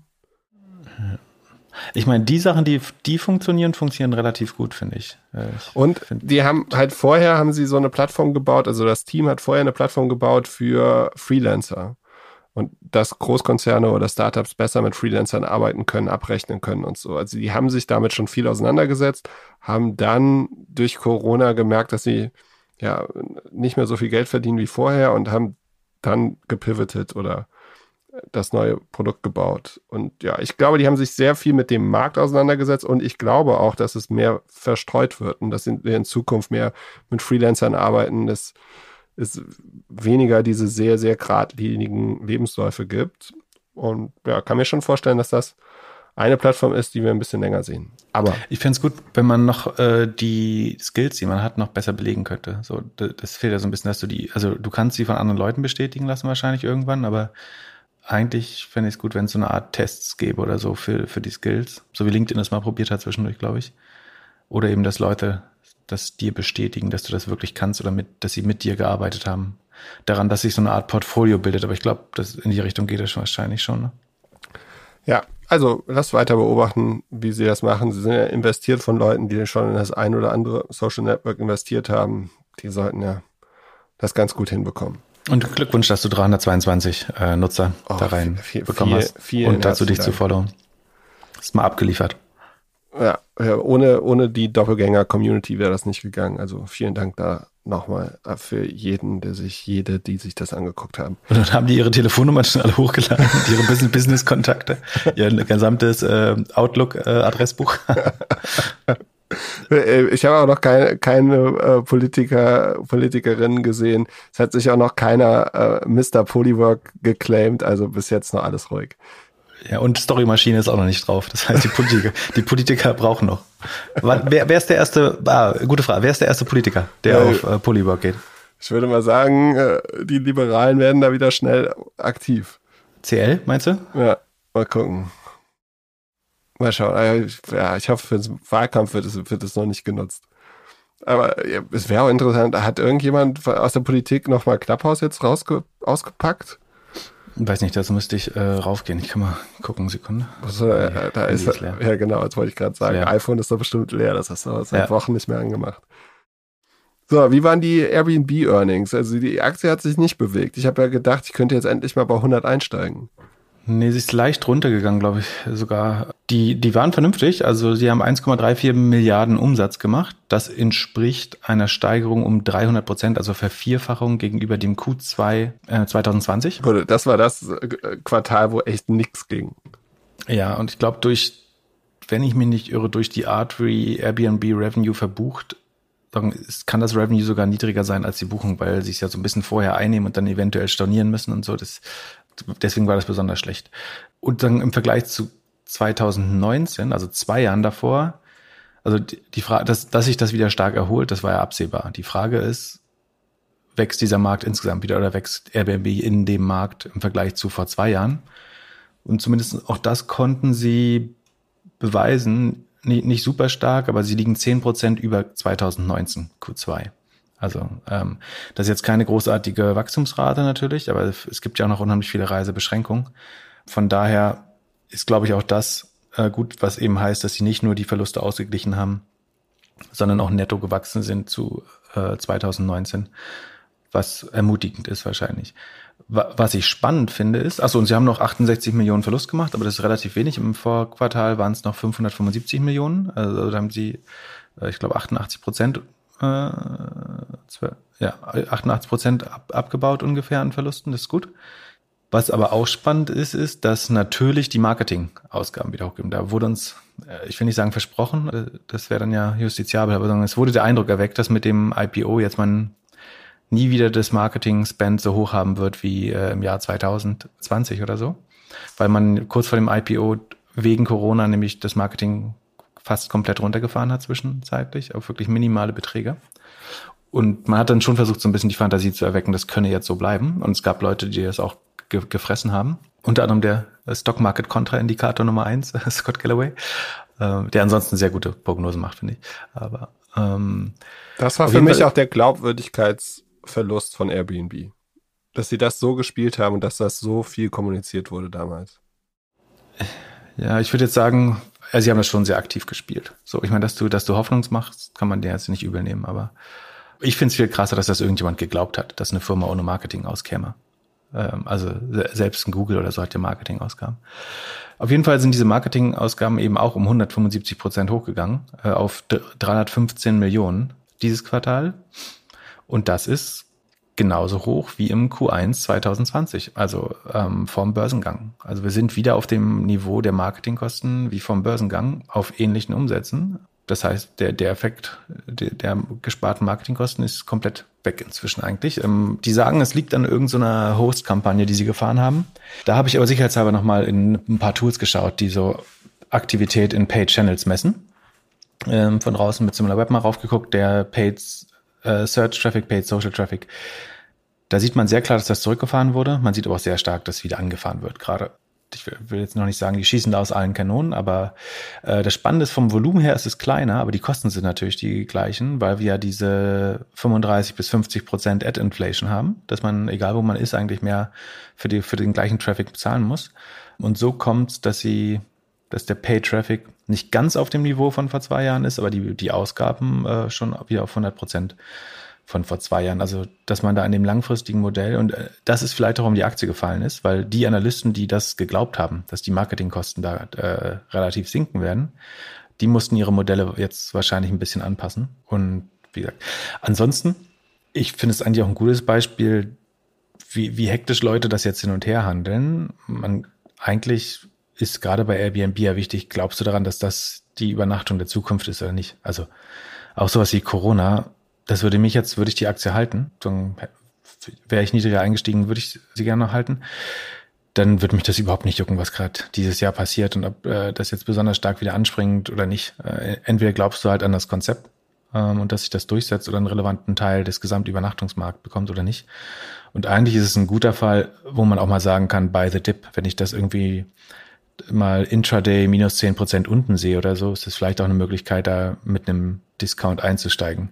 Ich meine, die Sachen, die funktionieren relativ gut, finde ich. Die haben halt haben sie so eine Plattform gebaut, also das Team hat vorher eine Plattform gebaut für Freelancer. Und dass Großkonzerne oder Startups besser mit Freelancern arbeiten können, abrechnen können und so. Also die haben sich damit schon viel auseinandergesetzt, haben dann durch Corona gemerkt, dass sie ja nicht mehr so viel Geld verdienen wie vorher und haben dann gepivotet oder das neue Produkt gebaut. Und ja, ich glaube, die haben sich sehr viel mit dem Markt auseinandergesetzt und ich glaube auch, dass es mehr verstreut wird und dass wir in Zukunft mehr mit Freelancern arbeiten, dass es weniger diese sehr, sehr geradlinigen Lebensläufe gibt. Und ja, kann mir schon vorstellen, dass das eine Plattform ist, die wir ein bisschen länger sehen. Aber ich fände es gut, wenn man noch die Skills, die man hat, noch besser belegen könnte. So, das fehlt ja so ein bisschen, dass du kannst sie von anderen Leuten bestätigen lassen wahrscheinlich irgendwann, aber eigentlich fände ich es gut, wenn es so eine Art Tests gäbe oder so für die Skills. So wie LinkedIn das mal probiert hat zwischendurch, glaube ich. Oder eben, dass Leute das dir bestätigen, dass du das wirklich kannst oder dass sie mit dir gearbeitet haben. Daran, dass sich so eine Art Portfolio bildet. Aber ich glaube, in die Richtung geht es wahrscheinlich schon. Ne? Ja, also lass weiter beobachten, wie sie das machen. Sie sind ja investiert von Leuten, die schon in das ein oder andere Social Network investiert haben. Die sollten ja das ganz gut hinbekommen. Und Glückwunsch, dass du 322 Nutzer da rein bekommen hast. Und dazu dich zu followen. Ist mal abgeliefert. Ja, ohne die Doppelgänger-Community wäre das nicht gegangen. Also vielen Dank da nochmal für jeden, die sich das angeguckt haben. Und dann haben die ihre Telefonnummern schon alle hochgeladen, ihre Business-Kontakte, ihr gesamtes Outlook-Adressbuch. Ich habe auch noch keine Politikerinnen gesehen. Es hat sich auch noch keiner Mr. Polywork geclaimed, also bis jetzt noch alles ruhig. Ja, und Storymaschine ist auch noch nicht drauf. Das heißt, die Politiker brauchen noch. Wer ist der erste, gute Frage, wer ist der erste Politiker, der auf Polywork geht? Ich würde mal sagen, die Liberalen werden da wieder schnell aktiv. CL, meinst du? Ja, mal gucken. Mal schauen. Ja, ich hoffe, für den Wahlkampf wird es noch nicht genutzt. Aber ja, es wäre auch interessant, hat irgendjemand aus der Politik nochmal Clubhouse jetzt ausgepackt? Weiß nicht, dazu müsste ich raufgehen. Ich kann mal gucken, Sekunde. Also, da ist leer. Ja, genau, das wollte ich gerade sagen. Leer. iPhone ist doch bestimmt leer, das hast du seit Wochen nicht mehr angemacht. So, wie waren die Airbnb-Earnings? Also die Aktie hat sich nicht bewegt. Ich habe ja gedacht, ich könnte jetzt endlich mal bei 100 einsteigen. Nee, sie ist leicht runtergegangen, glaube ich, sogar. Die waren vernünftig, also sie haben 1,34 Milliarden Umsatz gemacht. Das entspricht einer Steigerung um 300%, also Vervierfachung gegenüber dem Q2 2020. Das war das Quartal, wo echt nichts ging. Ja, und ich glaube, wenn ich mich nicht irre, durch die Art, wie Airbnb Revenue verbucht, dann kann das Revenue sogar niedriger sein als die Buchung, weil sie es ja so ein bisschen vorher einnehmen und dann eventuell stornieren müssen und so. Deswegen war das besonders schlecht. Und dann im Vergleich zu 2019, also 2 Jahren davor, also die Frage, dass sich das wieder stark erholt, das war ja absehbar. Die Frage ist, wächst dieser Markt insgesamt wieder oder wächst Airbnb in dem Markt im Vergleich zu vor 2 Jahren? Und zumindest auch das konnten sie beweisen, nicht super stark, aber sie liegen 10% über 2019 Q2. Also das ist jetzt keine großartige Wachstumsrate natürlich, aber es gibt ja auch noch unheimlich viele Reisebeschränkungen. Von daher ist, glaube ich, auch das gut, was eben heißt, dass sie nicht nur die Verluste ausgeglichen haben, sondern auch netto gewachsen sind zu 2019, was ermutigend ist wahrscheinlich. Was ich spannend finde ist, und sie haben noch 68 Millionen Verlust gemacht, aber das ist relativ wenig. Im Vorquartal waren es noch 575 Millionen, also da haben sie, ich glaube, 88% 88% abgebaut ungefähr an Verlusten, das ist gut. Was aber auch spannend ist, dass natürlich die Marketingausgaben wieder hochgehen. Da wurde uns, ich will nicht sagen versprochen, das wäre dann ja justiziabel, aber es wurde der Eindruck erweckt, dass mit dem IPO jetzt man nie wieder das Marketing-Spend so hoch haben wird wie im Jahr 2020 oder so. Weil man kurz vor dem IPO wegen Corona nämlich das Marketing fast komplett runtergefahren hat zwischenzeitlich, auf wirklich minimale Beträge. Und man hat dann schon versucht, so ein bisschen die Fantasie zu erwecken, das könne jetzt so bleiben. Und es gab Leute, die das auch gefressen haben. Unter anderem der Stock Market Kontraindikator Nummer 1, Scott Galloway, der ansonsten sehr gute Prognosen macht, finde ich. Aber das war für mich auch der Glaubwürdigkeitsverlust von Airbnb. Dass sie das so gespielt haben und dass das so viel kommuniziert wurde damals. Ja, ich würde jetzt sagen, sie haben das schon sehr aktiv gespielt. So, ich meine, dass du Hoffnung machst, kann man dir jetzt nicht übel nehmen, aber ich finde es viel krasser, dass das irgendjemand geglaubt hat, dass eine Firma ohne Marketing auskäme. Also selbst ein Google oder so hat ja Marketingausgaben. Auf jeden Fall sind diese Marketingausgaben eben auch um 175% hochgegangen, auf 315 Millionen dieses Quartal. Und das ist genauso hoch wie im Q1 2020, also vorm Börsengang. Also wir sind wieder auf dem Niveau der Marketingkosten wie vorm Börsengang auf ähnlichen Umsätzen. Das heißt, der Effekt der gesparten Marketingkosten ist komplett weg inzwischen eigentlich. Die sagen, es liegt an irgendeiner Host-Kampagne, die sie gefahren haben. Da habe ich aber sicherheitshalber nochmal in ein paar Tools geschaut, die so Aktivität in Paid Channels messen. Von draußen mit SimilarWeb mal raufgeguckt, der Paid Search Traffic, Paid Social Traffic. Da sieht man sehr klar, dass das zurückgefahren wurde. Man sieht aber auch sehr stark, dass wieder angefahren wird gerade. Ich will jetzt noch nicht sagen, die schießen da aus allen Kanonen, aber das Spannende ist, vom Volumen her ist es kleiner, aber die Kosten sind natürlich die gleichen, weil wir ja diese 35-50% Ad-Inflation haben, dass man, egal wo man ist, eigentlich mehr für den gleichen Traffic bezahlen muss. Und so kommt, dass der Pay-Traffic nicht ganz auf dem Niveau von vor 2 Jahren ist, aber die Ausgaben schon wieder auf 100% von vor 2 Jahren. Also, dass man da in dem langfristigen Modell, und das ist vielleicht auch, warum die Aktie gefallen ist, weil die Analysten, die das geglaubt haben, dass die Marketingkosten da relativ sinken werden, die mussten ihre Modelle jetzt wahrscheinlich ein bisschen anpassen. Und wie gesagt, ansonsten, ich finde es eigentlich auch ein gutes Beispiel, wie hektisch Leute das jetzt hin und her handeln. Eigentlich ist gerade bei Airbnb ja wichtig, glaubst du daran, dass das die Übernachtung der Zukunft ist oder nicht? Also auch sowas wie Corona, würde ich die Aktie halten. Dann wäre ich niedriger eingestiegen, würde ich sie gerne noch halten. dann wird mich das überhaupt nicht jucken, was gerade dieses Jahr passiert und ob das jetzt besonders stark wieder anspringt oder nicht. Entweder glaubst du halt an das Konzept und dass sich das durchsetzt oder einen relevanten Teil des Gesamtübernachtungsmarkts bekommt oder nicht. Und eigentlich ist es ein guter Fall, wo man auch mal sagen kann, buy the dip. Wenn ich das irgendwie mal intraday minus 10% unten sehe oder so, ist es vielleicht auch eine Möglichkeit, da mit einem Discount einzusteigen.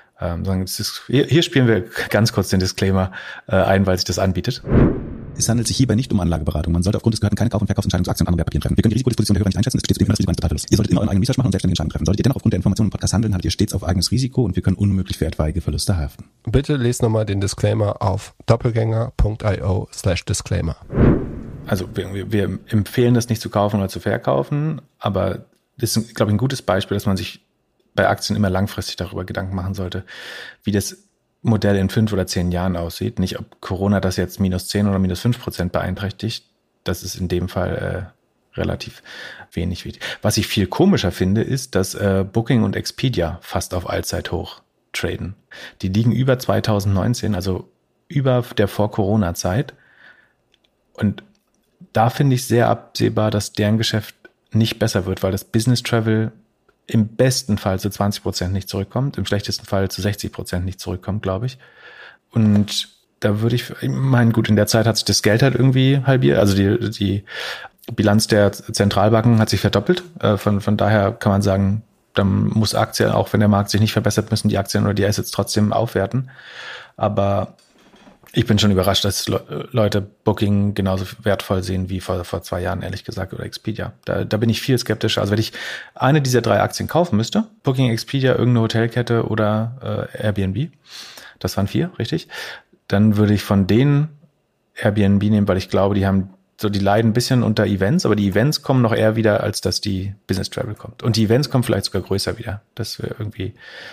Hier spielen wir ganz kurz den Disclaimer ein, weil sich das anbietet. Es handelt sich hierbei nicht um Anlageberatung. Man sollte aufgrund des Gehörten keine Kauf- und Verkaufsentscheidungen zu Aktien und anderen Wertpapieren treffen. Wir können die Risikodisposition der Hörer nicht einschätzen. Es besteht zudem das Risiko eines Totalverlusts. Ihr solltet immer euren eigenen Research machen und selbstständige Entscheidungen treffen. Solltet ihr dennoch aufgrund der Informationen im Podcast handeln, habt ihr stets auf eigenes Risiko und wir können unmöglich für etwaige Verluste haften. Bitte lest nochmal den Disclaimer auf doppelgänger.io/Disclaimer. Also wir empfehlen das nicht zu kaufen oder zu verkaufen, aber das ist, glaube ich, ein gutes Beispiel, dass man sich bei Aktien immer langfristig darüber Gedanken machen sollte, wie das Modell in 5 oder 10 Jahren aussieht. Nicht, ob Corona das jetzt minus 10 oder minus 5% beeinträchtigt. Das ist in dem Fall relativ wenig wichtig. Was ich viel komischer finde, ist, dass Booking und Expedia fast auf Allzeithoch traden. Die liegen über 2019, also über der Vor-Corona-Zeit. Und da finde ich sehr absehbar, dass deren Geschäft nicht besser wird, weil das Business Travel im besten Fall zu 20% nicht zurückkommt, im schlechtesten Fall zu 60% nicht zurückkommt, glaube ich. Und da würde ich meinen, gut, in der Zeit hat sich das Geld halt irgendwie halbiert, also die Bilanz der Zentralbanken hat sich verdoppelt. Von daher kann man sagen, dann muss Aktien, auch wenn der Markt sich nicht verbessert, müssen die Aktien oder die Assets trotzdem aufwerten. Aber ich bin schon überrascht, dass Leute Booking genauso wertvoll sehen wie vor 2 Jahren, ehrlich gesagt, oder Expedia. Da bin ich viel skeptischer. Also wenn ich eine dieser 3 Aktien kaufen müsste, Booking, Expedia, irgendeine Hotelkette oder Airbnb, das waren 4, richtig, dann würde ich von denen Airbnb nehmen, weil ich glaube, die leiden ein bisschen unter Events, aber die Events kommen noch eher wieder, als dass die Business Travel kommt. Und die Events kommen vielleicht sogar größer wieder, dass wir irgendwie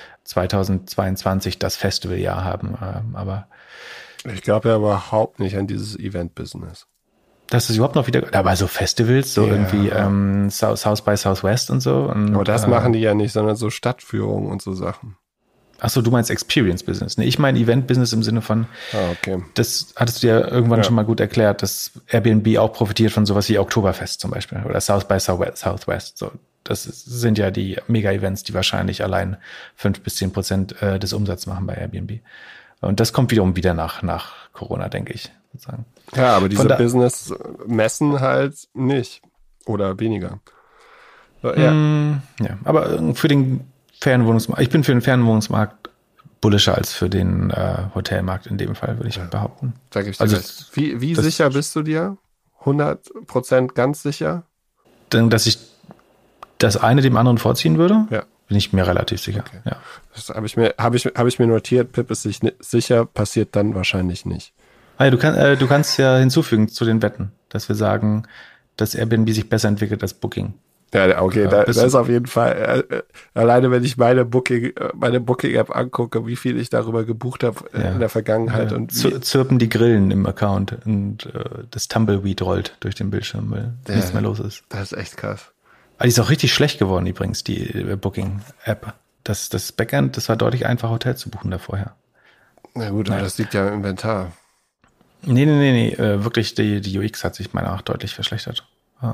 2022 das Festivaljahr haben, aber ich glaube ja überhaupt nicht an dieses Event-Business. Dass es überhaupt noch wieder, aber so Festivals, so irgendwie South by Southwest und so. Und, aber das machen die ja nicht, sondern so Stadtführungen und so Sachen. Ach so, du meinst Experience-Business. Nee, ich meine Event-Business im Sinne von, okay. Das hattest du ja irgendwann schon mal gut erklärt, dass Airbnb auch profitiert von sowas wie Oktoberfest zum Beispiel oder South by Southwest. So, das sind ja die Mega-Events, die wahrscheinlich allein 5-10% des Umsatzes machen bei Airbnb. Und das kommt wiederum wieder nach Corona, denke ich. Sozusagen. Ja, aber diese Business messen halt nicht oder weniger. So, ja, aber für den Fernwohnungsmarkt, ich bin für den Fernwohnungsmarkt bullischer als für den Hotelmarkt in dem Fall, würde ich behaupten. Sag ich dir also wie sicher bist du dir? 100% ganz sicher? Dass ich das eine dem anderen vorziehen würde? Ja. Bin ich mir relativ sicher. Okay. Ja. Das habe ich mir notiert. Pip ist sich sicher, passiert dann wahrscheinlich nicht. Ah ja, du kannst ja hinzufügen zu den Wetten, dass wir sagen, dass Airbnb sich besser entwickelt als Booking. Ja, okay, da ist auf jeden Fall, alleine wenn ich meine Booking-App angucke, wie viel ich darüber gebucht habe in der Vergangenheit. Ja. Und zirpen die Grillen im Account und das Tumbleweed rollt durch den Bildschirm, weil nichts mehr los ist. Das ist echt krass. Aber die ist auch richtig schlecht geworden übrigens, die Booking-App. Das Backend, das war deutlich einfacher, Hotel zu buchen da vorher. Na gut, aber das liegt ja im Inventar. Nee. Wirklich, die UX hat sich meiner Meinung nach deutlich verschlechtert.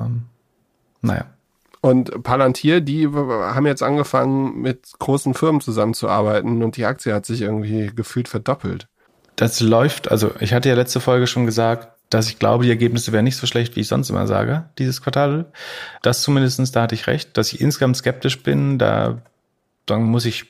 Naja. Und Palantir, die haben jetzt angefangen, mit großen Firmen zusammenzuarbeiten und die Aktie hat sich irgendwie gefühlt verdoppelt. Das läuft, also ich hatte ja letzte Folge schon gesagt, dass ich glaube, die Ergebnisse wären nicht so schlecht, wie ich sonst immer sage, dieses Quartal. Das zumindestens, da hatte ich recht. Dass ich insgesamt skeptisch bin, dann muss ich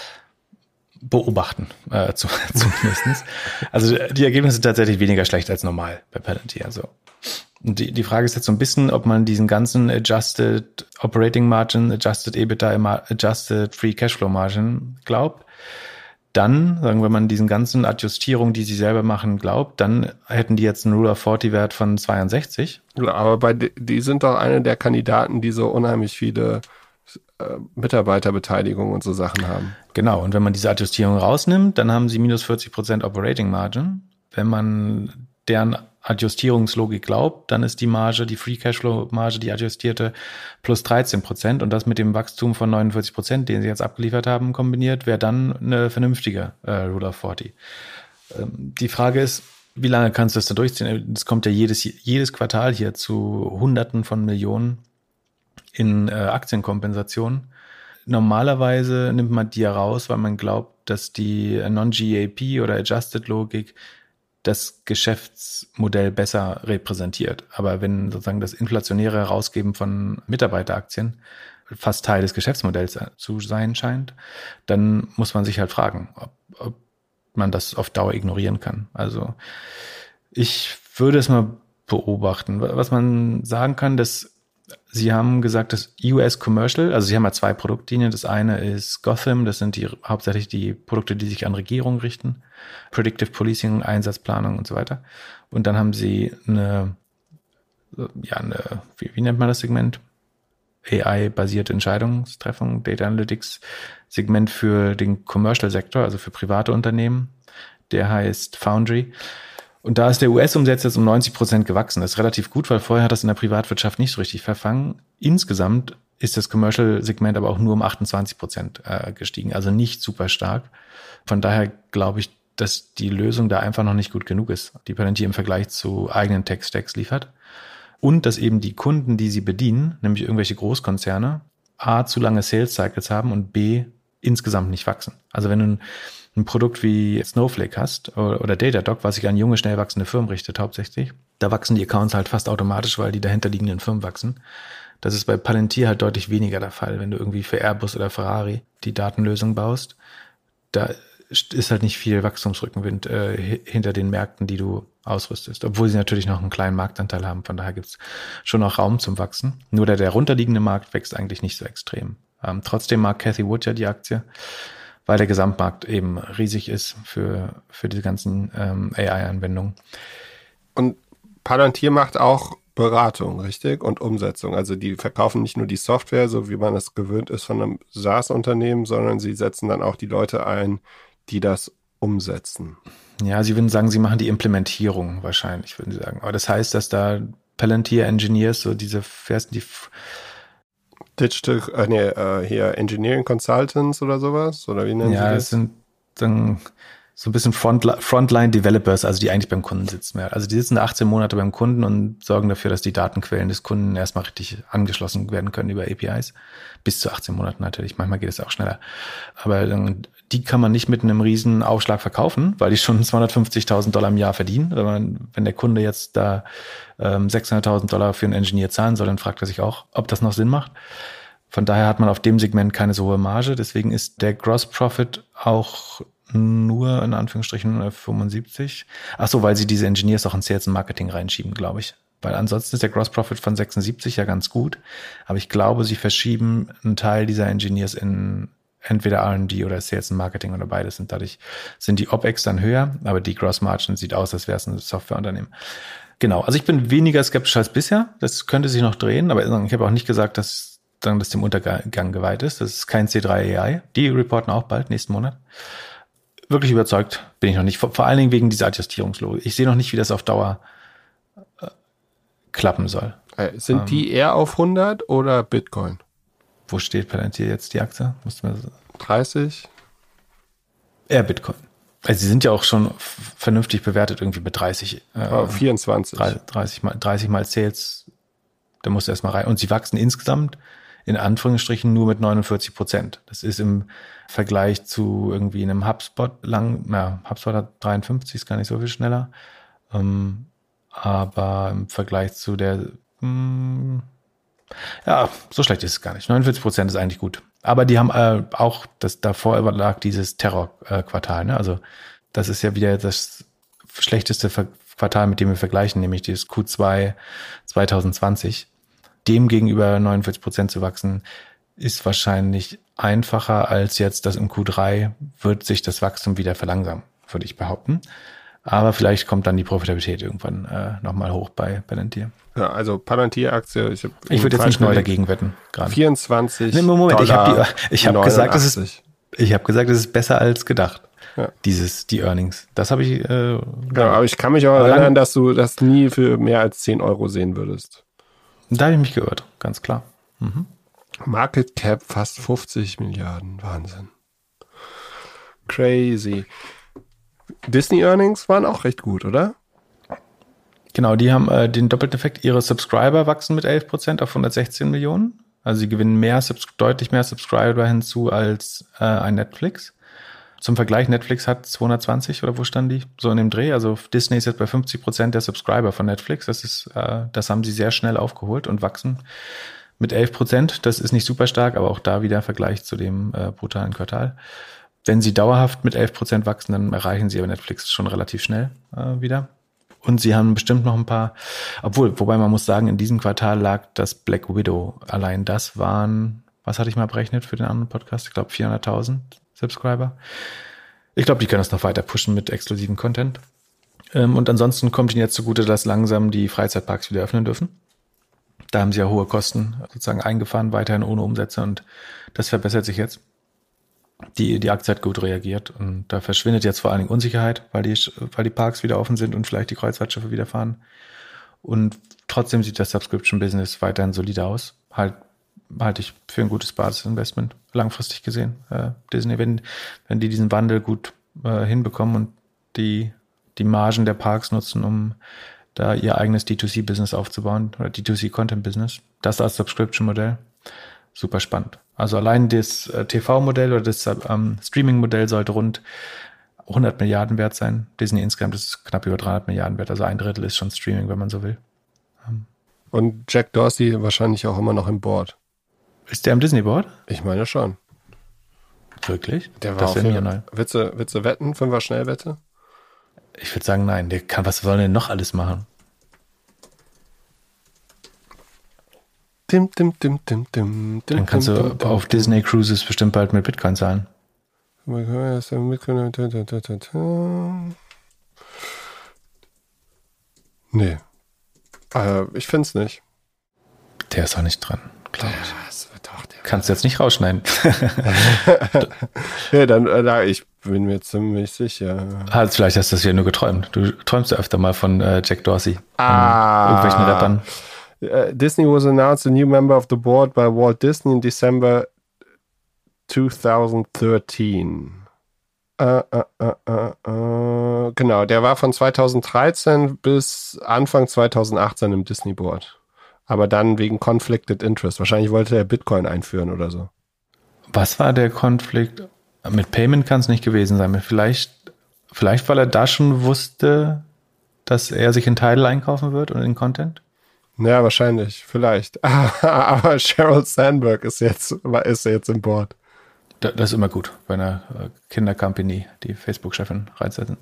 beobachten, zumindest. Also die Ergebnisse sind tatsächlich weniger schlecht als normal bei Palantir. Also. Und die Frage ist jetzt so ein bisschen, ob man diesen ganzen Adjusted Operating Margin, Adjusted EBITDA, Adjusted Free Cashflow Margin glaubt. Dann, sagen wir mal, diesen ganzen Adjustierungen, die sie selber machen, glaubt, dann hätten die jetzt einen Rule of 40 Wert von 62. Aber die sind doch eine der Kandidaten, die so unheimlich viele Mitarbeiterbeteiligungen und so Sachen haben. Genau, und wenn man diese Adjustierung rausnimmt, dann haben sie minus 40% Operating Margin. Wenn man deren Adjustierungslogik glaubt, dann ist die Marge, die Free Cashflow Marge, die adjustierte, plus 13%. Und das mit dem Wachstum von 49%, den sie jetzt abgeliefert haben, kombiniert, wäre dann eine vernünftige Rule of 40. Die Frage ist, Wie lange kannst du das da durchziehen? Das kommt ja jedes Quartal hier zu Hunderten von Millionen in Aktienkompensation. Normalerweise nimmt man die ja raus, weil man glaubt, dass die Non-GAAP oder Adjusted-Logik das Geschäftsmodell besser repräsentiert. Aber wenn sozusagen das inflationäre Herausgeben von Mitarbeiteraktien fast Teil des Geschäftsmodells zu sein scheint, dann muss man sich halt fragen, ob man das auf Dauer ignorieren kann. Also ich würde es mal beobachten. Was man sagen kann, dass Sie haben gesagt, das US Commercial, also Sie haben ja 2 Produktlinien. Das eine ist Gotham, das sind hauptsächlich die Produkte, die sich an Regierungen richten. Predictive Policing, Einsatzplanung und so weiter. Und dann haben Sie wie nennt man das Segment? AI-basierte Entscheidungstreffung, Data Analytics Segment für den Commercial-Sektor, also für private Unternehmen. Der heißt Foundry. Und da ist der US-Umsatz jetzt um 90% gewachsen. Das ist relativ gut, weil vorher hat das in der Privatwirtschaft nicht so richtig verfangen. Insgesamt ist das Commercial-Segment aber auch nur um 28% gestiegen, also nicht super stark. Von daher glaube ich, dass die Lösung da einfach noch nicht gut genug ist, die Palantir im Vergleich zu eigenen Tech-Stacks liefert. Und dass eben die Kunden, die sie bedienen, nämlich irgendwelche Großkonzerne, A, zu lange Sales-Cycles haben und B, insgesamt nicht wachsen. Also wenn du ein Produkt wie Snowflake hast oder Datadog, was sich an junge, schnell wachsende Firmen richtet hauptsächlich, da wachsen die Accounts halt fast automatisch, weil die dahinterliegenden Firmen wachsen. Das ist bei Palantir halt deutlich weniger der Fall. Wenn du irgendwie für Airbus oder Ferrari die Datenlösung baust, da ist halt nicht viel Wachstumsrückenwind hinter den Märkten, die du ausrüstest. Obwohl sie natürlich noch einen kleinen Marktanteil haben. Von daher gibt's schon noch Raum zum Wachsen. Nur der runterliegende Markt wächst eigentlich nicht so extrem. Trotzdem mag Cathie Wood ja die Aktie, weil der Gesamtmarkt eben riesig ist für diese ganzen AI-Anwendungen. Und Palantir macht auch Beratung, richtig? Und Umsetzung. Also die verkaufen nicht nur die Software, so wie man es gewöhnt ist von einem SaaS-Unternehmen, sondern sie setzen dann auch die Leute ein, die das umsetzen. Ja, Sie würden sagen, Sie machen die Implementierung wahrscheinlich, würden Sie sagen. Aber das heißt, dass da Palantir Engineers, so diese ersten, die hier Engineering Consultants oder sowas? Oder wie nennen Sie das? Ja, es sind dann so ein bisschen Frontline Developers, also die eigentlich beim Kunden sitzen. Also die sitzen 18 Monate beim Kunden und sorgen dafür, dass die Datenquellen des Kunden erstmal richtig angeschlossen werden können über APIs. Bis zu 18 Monaten natürlich. Manchmal geht es auch schneller. Aber die kann man nicht mit einem riesen Aufschlag verkaufen, weil die schon $250.000 im Jahr verdienen. Wenn der Kunde jetzt da $600.000 für einen Engineer zahlen soll, dann fragt er sich auch, ob das noch Sinn macht. Von daher hat man auf dem Segment keine so hohe Marge. Deswegen ist der Gross Profit auch nur in Anführungsstrichen 75. Ach so, weil sie diese Engineers auch in Sales und Marketing reinschieben, glaube ich. Weil ansonsten ist der Gross Profit von 76 ja ganz gut. Aber ich glaube, sie verschieben einen Teil dieser Engineers in entweder R&D oder Sales und Marketing oder beides. Und dadurch sind die OpEx dann höher, aber die Gross Margin sieht aus, als wäre es ein Softwareunternehmen. Genau, also ich bin weniger skeptisch als bisher. Das könnte sich noch drehen, aber ich habe auch nicht gesagt, dass das dem Untergang geweiht ist. Das ist kein C3 AI. Die reporten auch bald, nächsten Monat. Wirklich überzeugt bin ich noch nicht. Vor allen Dingen wegen dieser Adjustierungslogik. Ich sehe noch nicht, wie das auf Dauer klappen soll. Sind die eher auf 100 oder Bitcoin? Wo steht Palantir jetzt die Aktie? 30? Eher Bitcoin. Also sie sind ja auch schon vernünftig bewertet, irgendwie mit 30. 24. 30 mal Sales. Da musst du erstmal rein. Und sie wachsen insgesamt in Anführungsstrichen nur mit 49%. Das ist im Vergleich zu irgendwie einem HubSpot HubSpot hat 53, ist gar nicht so viel schneller. Aber im Vergleich zu der, so schlecht ist es gar nicht. 49% ist eigentlich gut. Aber die haben auch, das davor lag dieses Terrorquartal, ne? Also das ist ja wieder das schlechteste Quartal, mit dem wir vergleichen, nämlich dieses Q2 2020. Dem gegenüber 49% zu wachsen, ist wahrscheinlich einfacher als jetzt, dass im Q3 wird sich das Wachstum wieder verlangsamen, würde ich behaupten. Aber vielleicht kommt dann die Profitabilität irgendwann nochmal hoch bei Palantir. Ja, also Palantir-Aktie. Ich würde jetzt nicht neu dagegen wetten. Gerade. 24 Moment, Dollar, ich habe gesagt, es ist besser als gedacht. Ja. Die Earnings. Das habe ich. Aber ich kann mich auch erinnern, dass du das nie für mehr als 10 Euro sehen würdest. Da habe ich mich geirrt, ganz klar. Mhm. Market Cap fast 50 Milliarden. Wahnsinn. Crazy. Disney Earnings waren auch recht gut, oder? Genau, die haben den doppelten Effekt. Ihre Subscriber wachsen mit 11% auf 116 Millionen. Also sie gewinnen deutlich mehr Subscriber hinzu als ein Netflix. Zum Vergleich, Netflix hat 220 oder wo stand die? So in dem Dreh. Also Disney ist jetzt bei 50% der Subscriber von Netflix. Das haben sie sehr schnell aufgeholt und wachsen mit 11%. Das ist nicht super stark, aber auch da wieder Vergleich zu dem brutalen Quartal. Wenn sie dauerhaft mit 11% wachsen, dann erreichen sie aber Netflix schon relativ schnell wieder. Und sie haben bestimmt noch ein paar, wobei man muss sagen, in diesem Quartal lag das Black Widow. Allein das waren, was hatte ich mal berechnet für den anderen Podcast? Ich glaube 400.000 Subscriber. Ich glaube, die können das noch weiter pushen mit exklusiven Content. Und ansonsten kommt ihnen jetzt zugute, dass langsam die Freizeitparks wieder öffnen dürfen. Da haben sie ja hohe Kosten sozusagen eingefahren, weiterhin ohne Umsätze, und das verbessert sich jetzt. Die Aktie hat gut reagiert und da verschwindet jetzt vor allen Dingen Unsicherheit, weil die Parks wieder offen sind und vielleicht die Kreuzfahrtschiffe wieder fahren. Und trotzdem sieht das Subscription-Business weiterhin solide aus. Halte ich für ein gutes Basisinvestment, langfristig gesehen. Disney, wenn die diesen Wandel gut hinbekommen und die Margen der Parks nutzen, um da ihr eigenes D2C-Business aufzubauen oder D2C-Content-Business, das als Subscription-Modell, super spannend. Also allein das TV-Modell oder das Streaming-Modell sollte rund 100 Milliarden wert sein. Disney insgesamt ist knapp über 300 Milliarden wert, also 1/3 ist schon Streaming, wenn man so will. Und Jack Dorsey wahrscheinlich auch immer noch im Board. Ist der im Disney-Board? Ich meine schon. Wirklich? Der war das auch mir neu. Willst du wetten? 5er Schnellwette? Ich würde sagen, nein. Was soll der noch alles machen? Dann kannst du auf Disney Cruises bestimmt bald mit Bitcoin zahlen. Nee. Ich finde es nicht. Der ist auch nicht dran, glaube ich. Das wird doch der. Kannst du jetzt nicht rausschneiden. Ja, ich bin mir ziemlich sicher. Vielleicht hast du das ja nur geträumt. Du träumst ja öfter mal von Jack Dorsey. Irgendwelchen Rappern. Disney was announced a new member of the board by Walt Disney in December 2013. Genau, der war von 2013 bis Anfang 2018 im Disney Board. Aber dann wegen Conflicted Interest. Wahrscheinlich wollte er Bitcoin einführen oder so. Was war der Konflikt? Mit Payment kann es nicht gewesen sein. Vielleicht, weil er da schon wusste, dass er sich in Tidal einkaufen wird und in Content? Ja, wahrscheinlich. Vielleicht. Aber Sheryl Sandberg ist jetzt im Board. Das ist immer gut, bei einer Kindercompany die Facebook-Chefin reinsetzen.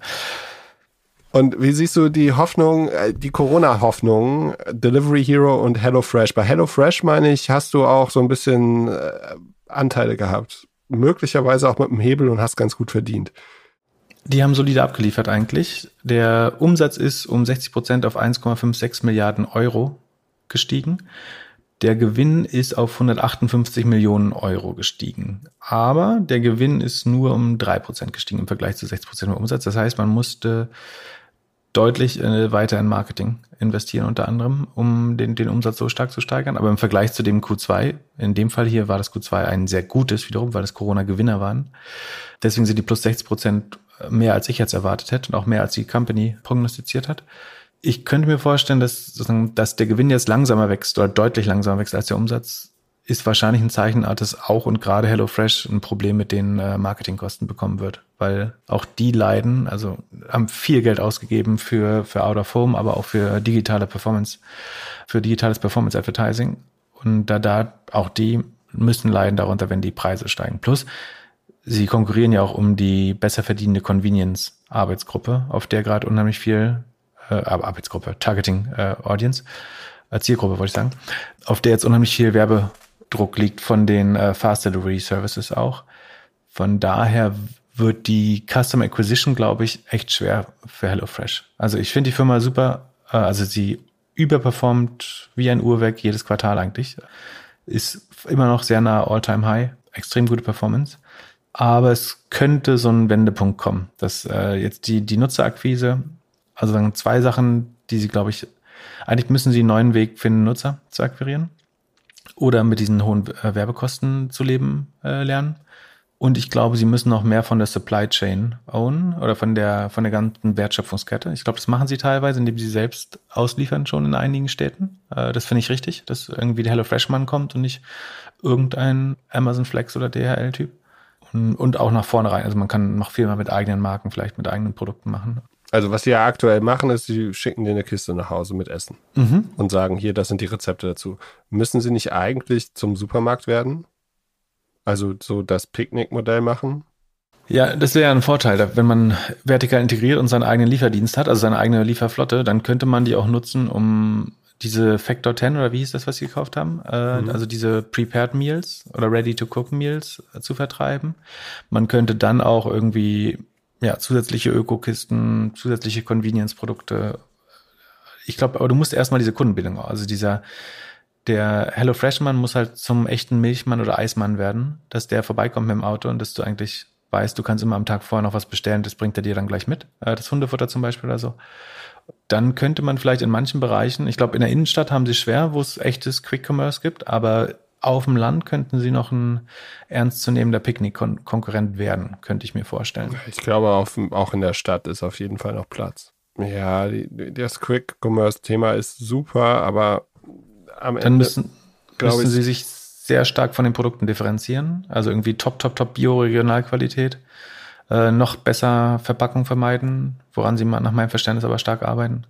Und wie siehst du die Hoffnung, die Corona-Hoffnung, Delivery Hero und HelloFresh? Bei HelloFresh, meine ich, hast du auch so ein bisschen Anteile gehabt. Möglicherweise auch mit dem Hebel und hast ganz gut verdient. Die haben solide abgeliefert eigentlich. Der Umsatz ist um 60% auf 1,56 Milliarden Euro gestiegen. Der Gewinn ist auf 158 Millionen Euro gestiegen. Aber der Gewinn ist nur um 3% gestiegen im Vergleich zu 60% im Umsatz. Das heißt, man musste deutlich weiter in Marketing investieren, unter anderem, um den Umsatz so stark zu steigern. Aber im Vergleich zu dem Q2, in dem Fall hier war das Q2 ein sehr gutes wiederum, weil es Corona-Gewinner waren. Deswegen sind die plus 60% mehr, als ich jetzt erwartet hätte und auch mehr, als die Company prognostiziert hat. Ich könnte mir vorstellen, dass der Gewinn jetzt langsamer wächst oder deutlich langsamer wächst als der Umsatz, ist wahrscheinlich ein Zeichen, dass auch und gerade HelloFresh ein Problem mit den Marketingkosten bekommen wird, weil auch die leiden, also haben viel Geld ausgegeben für Out of Home, aber auch für digitales Performance Advertising, und da auch die müssen leiden darunter, wenn die Preise steigen. Plus sie konkurrieren ja auch um die besser verdienende Convenience-Arbeitsgruppe, auf der gerade unheimlich viel Targeting Audience, Zielgruppe wollte ich sagen, auf der jetzt unheimlich viel Werbedruck liegt von den Fast Delivery Services auch. Von daher wird die Customer Acquisition, glaube ich, echt schwer für HelloFresh. Also ich finde die Firma super, also sie überperformt wie ein Uhrwerk jedes Quartal eigentlich, ist immer noch sehr nah All-Time-High, extrem gute Performance. Aber es könnte so ein Wendepunkt kommen, dass jetzt die Nutzerakquise, also dann 2 Sachen, die sie, glaube ich, eigentlich müssen sie einen neuen Weg finden, Nutzer zu akquirieren oder mit diesen hohen Werbekosten zu leben lernen. Und ich glaube, sie müssen noch mehr von der Supply Chain ownen oder von der ganzen Wertschöpfungskette. Ich glaube, das machen sie teilweise, indem sie selbst ausliefern schon in einigen Städten. Das finde ich richtig, dass irgendwie der HelloFresh-Mann kommt und nicht irgendein Amazon Flex oder DHL-Typ. Und auch nach vorne rein. Also man kann noch viel mehr mit eigenen Marken, vielleicht mit eigenen Produkten machen. Also was sie ja aktuell machen, ist, sie schicken dir eine Kiste nach Hause mit Essen und sagen, hier, das sind die Rezepte dazu. Müssen sie nicht eigentlich zum Supermarkt werden? Also so das Picknick-Modell machen? Ja, das wäre ja ein Vorteil. Wenn man vertikal integriert und seinen eigenen Lieferdienst hat, also seine eigene Lieferflotte, dann könnte man die auch nutzen, um diese Factor 10 oder wie hieß das, was sie gekauft haben? Also diese Prepared Meals oder Ready-to-Cook Meals zu vertreiben. Man könnte dann auch irgendwie zusätzliche Ökokisten, zusätzliche Convenience-Produkte. Ich glaube, aber du musst erstmal diese Kundenbindung, also der HelloFresh-Mann muss halt zum echten Milchmann oder Eismann werden, dass der vorbeikommt mit dem Auto und dass du eigentlich weißt, du kannst immer am Tag vorher noch was bestellen, das bringt er dir dann gleich mit, das Hundefutter zum Beispiel oder so. Dann könnte man vielleicht in manchen Bereichen, ich glaube in der Innenstadt haben sie schwer, wo es echtes Quick-Commerce gibt, aber auf dem Land könnten sie noch ein ernstzunehmender Picknick-Konkurrent werden, könnte ich mir vorstellen. Ich glaube, auch in der Stadt ist auf jeden Fall noch Platz. Ja, das Quick-Commerce-Thema ist super, aber am Dann Ende müssen sie sich sehr stark von den Produkten differenzieren. Also irgendwie top Bio-Regionalqualität. Noch besser Verpackung vermeiden, woran sie nach meinem Verständnis aber stark arbeiten.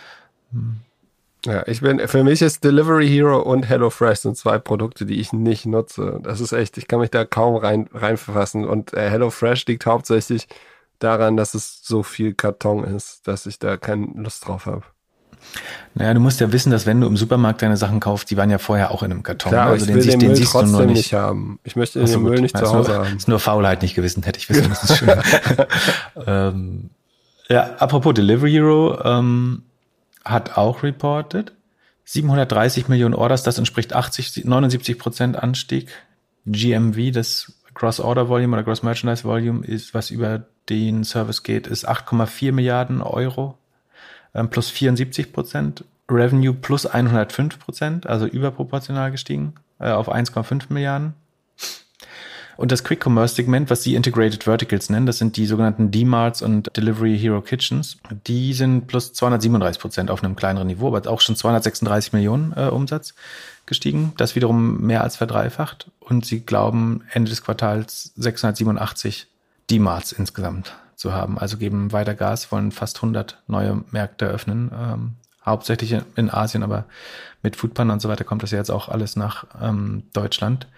Ja, für mich ist Delivery Hero und HelloFresh sind zwei Produkte, die ich nicht nutze. Das ist echt, ich kann mich da kaum reinverfassen. Und HelloFresh liegt hauptsächlich daran, dass es so viel Karton ist, dass ich da keine Lust drauf habe. Naja, du musst ja wissen, dass wenn du im Supermarkt deine Sachen kaufst, die waren ja vorher auch in einem Karton. Klar, also ich will den Müll siehst du nur trotzdem nicht haben. Ich möchte den Müll nicht zu Hause haben. Ist nur Faulheit nicht gewesen, hätte ich wissen müssen. Apropos Delivery Hero, hat auch reported 730 Millionen Orders, das entspricht 79% Anstieg. GMV, das Gross Order Volume oder Gross Merchandise Volume ist, was über den Service geht, ist 8,4 Milliarden Euro. Plus 74%, Revenue plus 105%, also überproportional gestiegen auf 1,5 Milliarden. Und das Quick-Commerce-Segment, was sie Integrated Verticals nennen, das sind die sogenannten D-Marts und Delivery Hero Kitchens, die sind plus 237% auf einem kleineren Niveau, aber auch schon 236 Millionen Umsatz gestiegen, das wiederum mehr als verdreifacht. Und sie glauben, Ende des Quartals 687 D-Marts insgesamt zu haben. Also geben weiter Gas, wollen fast 100 neue Märkte eröffnen, hauptsächlich in Asien, aber mit Foodpanda und so weiter kommt das ja jetzt auch alles nach Deutschland.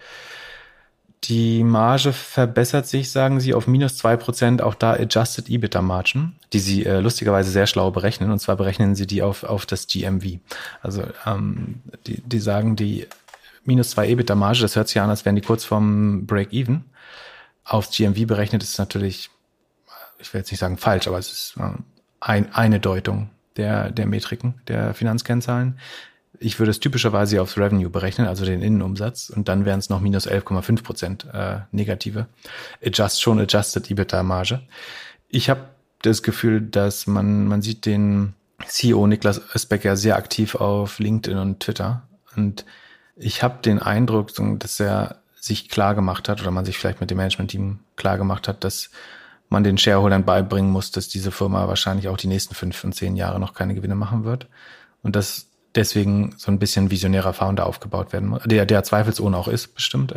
Die Marge verbessert sich, sagen sie, auf minus 2%, auch da Adjusted EBITDA Margin, die sie lustigerweise sehr schlau berechnen, und zwar berechnen sie die auf das GMV. Also die sagen, die minus 2 EBITDA Marge, das hört sich an, als wären die kurz vorm Break-Even. Aufs GMV berechnet ist natürlich, ich will jetzt nicht sagen falsch, aber es ist eine Deutung der Metriken, der Finanzkennzahlen. Ich würde es typischerweise aufs Revenue berechnen, also den Innenumsatz, und dann wären es noch minus 11,5% negative Adjusted EBITDA-Marge. Ich habe das Gefühl, dass man sieht den CEO Niklas Östbeck ja sehr aktiv auf LinkedIn und Twitter, und ich habe den Eindruck, dass er sich klar gemacht hat, oder man sich vielleicht mit dem Management-Team klar gemacht hat, dass man den Shareholdern beibringen muss, dass diese Firma wahrscheinlich auch die nächsten 5 und 10 Jahre noch keine Gewinne machen wird, und dass deswegen so ein bisschen visionärer Founder aufgebaut werden muss, der zweifelsohne auch ist, bestimmt.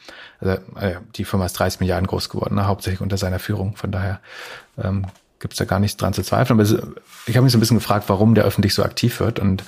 Die Firma ist 30 Milliarden groß geworden, hauptsächlich unter seiner Führung. Von daher gibt es da gar nichts dran zu zweifeln. Aber ich habe mich so ein bisschen gefragt, warum der öffentlich so aktiv wird. Und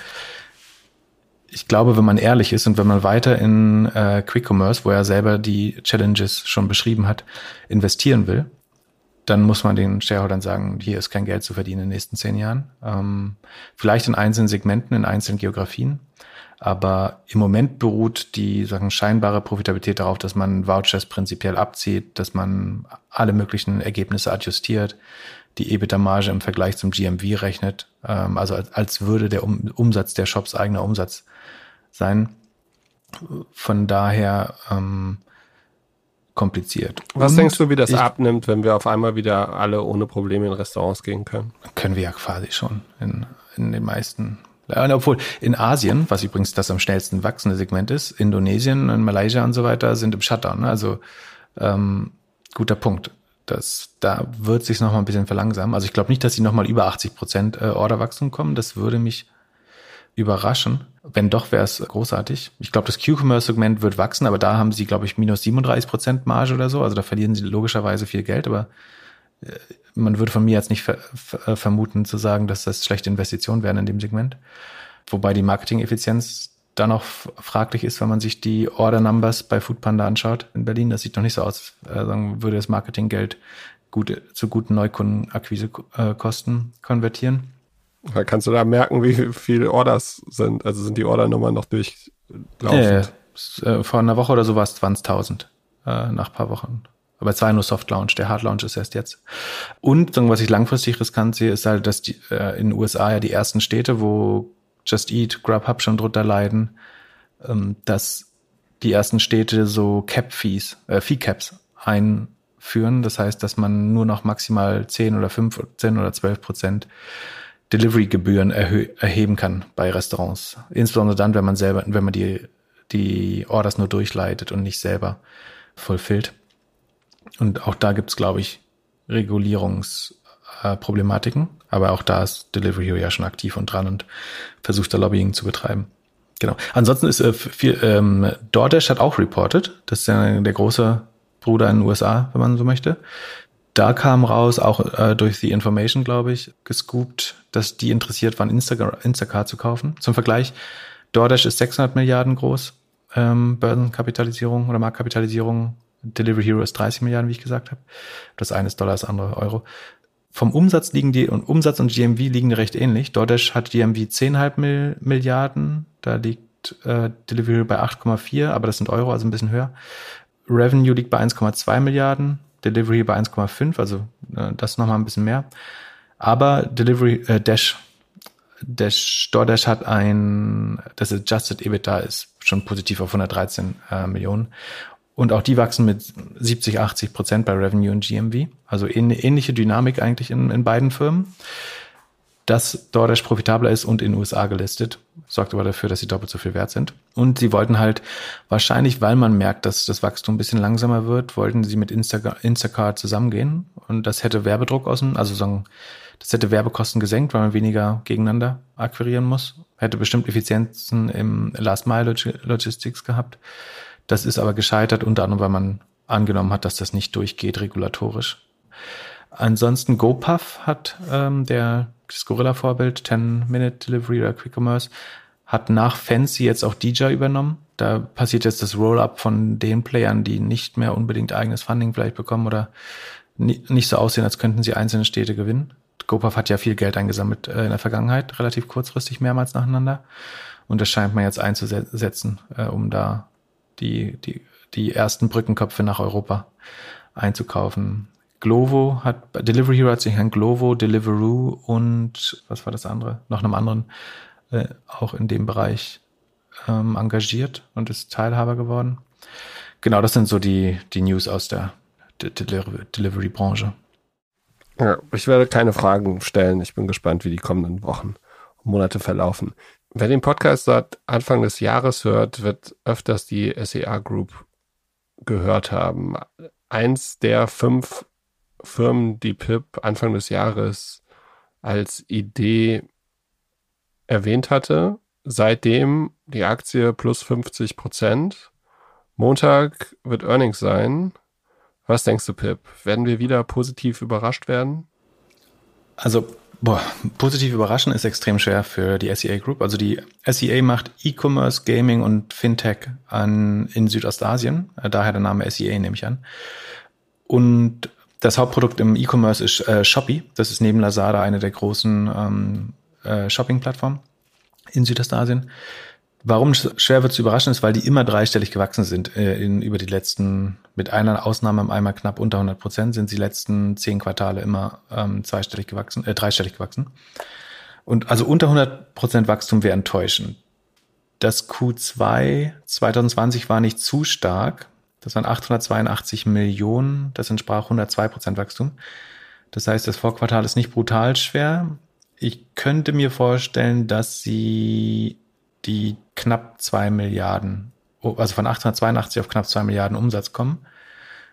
ich glaube, wenn man ehrlich ist und wenn man weiter in Quick Commerce, wo er selber die Challenges schon beschrieben hat, investieren will, dann muss man den Shareholdern sagen, hier ist kein Geld zu verdienen in den nächsten 10 Jahren. Vielleicht in einzelnen Segmenten, in einzelnen Geografien. Aber im Moment beruht die scheinbare Profitabilität darauf, dass man Vouchers prinzipiell abzieht, dass man alle möglichen Ergebnisse adjustiert, die EBITDA-Marge im Vergleich zum GMV rechnet. Also als würde der Umsatz der Shops eigener Umsatz sein. Von daher kompliziert. Was denkst du, wie das abnimmt, wenn wir auf einmal wieder alle ohne Probleme in Restaurants gehen können? Können wir ja quasi schon in den meisten. Obwohl in Asien, was übrigens das am schnellsten wachsende Segment ist, Indonesien und Malaysia und so weiter sind im Shutdown. Also Guter Punkt. Da wird sich noch mal ein bisschen verlangsamen. Also ich glaube nicht, dass sie noch mal über 80% Orderwachstum kommen. Das würde mich überraschen. Wenn doch, wäre es großartig. Ich glaube, das Q-Commerce-Segment wird wachsen, aber da haben sie, glaube ich, minus 37% Marge oder so. Also da verlieren sie logischerweise viel Geld, aber man würde von mir jetzt nicht vermuten zu sagen, dass das schlechte Investitionen wären in dem Segment. Wobei die Marketing-Effizienz da noch fraglich ist, wenn man sich die Order-Numbers bei Foodpanda anschaut in Berlin. Das sieht noch nicht so aus, würde das Marketinggeld zu guten Neukundenakquisekosten konvertieren. Kannst du da merken, wie viele Orders sind? Also sind die Ordernummern noch durchlaufend? Vor einer Woche oder so war es 20.000 nach ein paar Wochen. Aber es war ja nur Soft Launch, der Hard Launch ist erst jetzt. Und was ich langfristig riskant sehe, ist halt, dass in den USA ja die ersten Städte, wo Just Eat, Grubhub schon drunter leiden, dass die ersten Städte so Fee-Caps einführen. Das heißt, dass man nur noch maximal 10 oder 15 oder 12% Delivery-Gebühren erheben kann bei Restaurants. Insbesondere dann, wenn man die Orders nur durchleitet und nicht selber fulfillt. Und auch da gibt's, glaube ich, Regulierungsproblematiken. Aber auch da ist Delivery Hero ja schon aktiv und dran und versucht da Lobbying zu betreiben. Genau. Ansonsten ist DoorDash hat auch reported. Das ist ja der große Bruder in den USA, wenn man so möchte. Da kam raus, auch durch The Information, glaube ich, gescoopt, dass die interessiert waren, Instacart zu kaufen. Zum Vergleich, DoorDash ist 600 Milliarden groß, Börsenkapitalisierung oder Marktkapitalisierung. Delivery Hero ist 30 Milliarden, wie ich gesagt habe. Das eine ist Dollar, das andere Euro. Vom Umsatz Umsatz und GMV liegen die recht ähnlich. DoorDash hat GMV 10,5 Milliarden. Da liegt Delivery Hero bei 8,4, aber das sind Euro, also ein bisschen höher. Revenue liegt bei 1,2 Milliarden. Delivery bei 1,5, also das nochmal ein bisschen mehr. Aber DoorDash hat das Adjusted EBITDA ist schon positiv auf 113 Millionen. Und auch die wachsen mit 70-80% bei Revenue und GMV. Also ähnliche Dynamik eigentlich in beiden Firmen. Dass DoorDash profitabler ist und in den USA gelistet, sorgt aber dafür, dass sie doppelt so viel wert sind. Und sie wollten halt wahrscheinlich, weil man merkt, dass das Wachstum ein bisschen langsamer wird, wollten sie mit Instacart zusammengehen. Und das hätte Werbedruck das hätte Werbekosten gesenkt, weil man weniger gegeneinander akquirieren muss. Hätte bestimmt Effizienzen im Last-Mile-Logistics gehabt. Das ist aber gescheitert, unter anderem, weil man angenommen hat, dass das nicht durchgeht regulatorisch. Ansonsten GoPuff hat das Gorilla-Vorbild, 10-Minute-Delivery oder Quick Commerce, hat nach Fancy jetzt auch DJ übernommen. Da passiert jetzt das Roll-up von den Playern, die nicht mehr unbedingt eigenes Funding vielleicht bekommen oder nicht so aussehen, als könnten sie einzelne Städte gewinnen. GoPuff hat ja viel Geld eingesammelt in der Vergangenheit, relativ kurzfristig, mehrmals nacheinander. Und das scheint man jetzt einzusetzen, um da die ersten Brückenköpfe nach Europa einzukaufen. Delivery Hero hat sich an Glovo, Deliveroo und was war das andere? Noch einem anderen auch in dem Bereich engagiert und ist Teilhaber geworden. Genau, das sind so die News aus der Delivery-Branche. Ja, ich werde keine Fragen stellen. Ich bin gespannt, wie die kommenden Wochen und Monate verlaufen. Wer den Podcast seit Anfang des Jahres hört, wird öfters die SEA Group gehört haben. Eins der 5 Firmen, die Pip Anfang des Jahres als Idee erwähnt hatte. Seitdem die Aktie plus 50%. Montag wird Earnings sein. Was denkst du, Pip? Werden wir wieder positiv überrascht werden? Also, positiv überraschen ist extrem schwer für die SEA Group. Also die SEA macht E-Commerce, Gaming und Fintech in Südostasien. Daher der Name SEA, nehme ich an. Und das Hauptprodukt im E-Commerce ist Shopee. Das ist neben Lazada eine der großen Shopping-Plattformen in Südostasien. Warum schwer wird zu überraschen ist, weil die immer dreistellig gewachsen sind. Über die letzten, mit einer Ausnahme einmal knapp unter 100%, sind die letzten 10 Quartale immer dreistellig gewachsen. Und also unter 100% Wachstum wäre enttäuschend. Das Q2 2020 war nicht zu stark. Das waren 882 Millionen. Das entsprach 102% Wachstum. Das heißt, das Vorquartal ist nicht brutal schwer. Ich könnte mir vorstellen, dass sie die knapp 2 Milliarden, also von 882 auf knapp 2 Milliarden Umsatz kommen.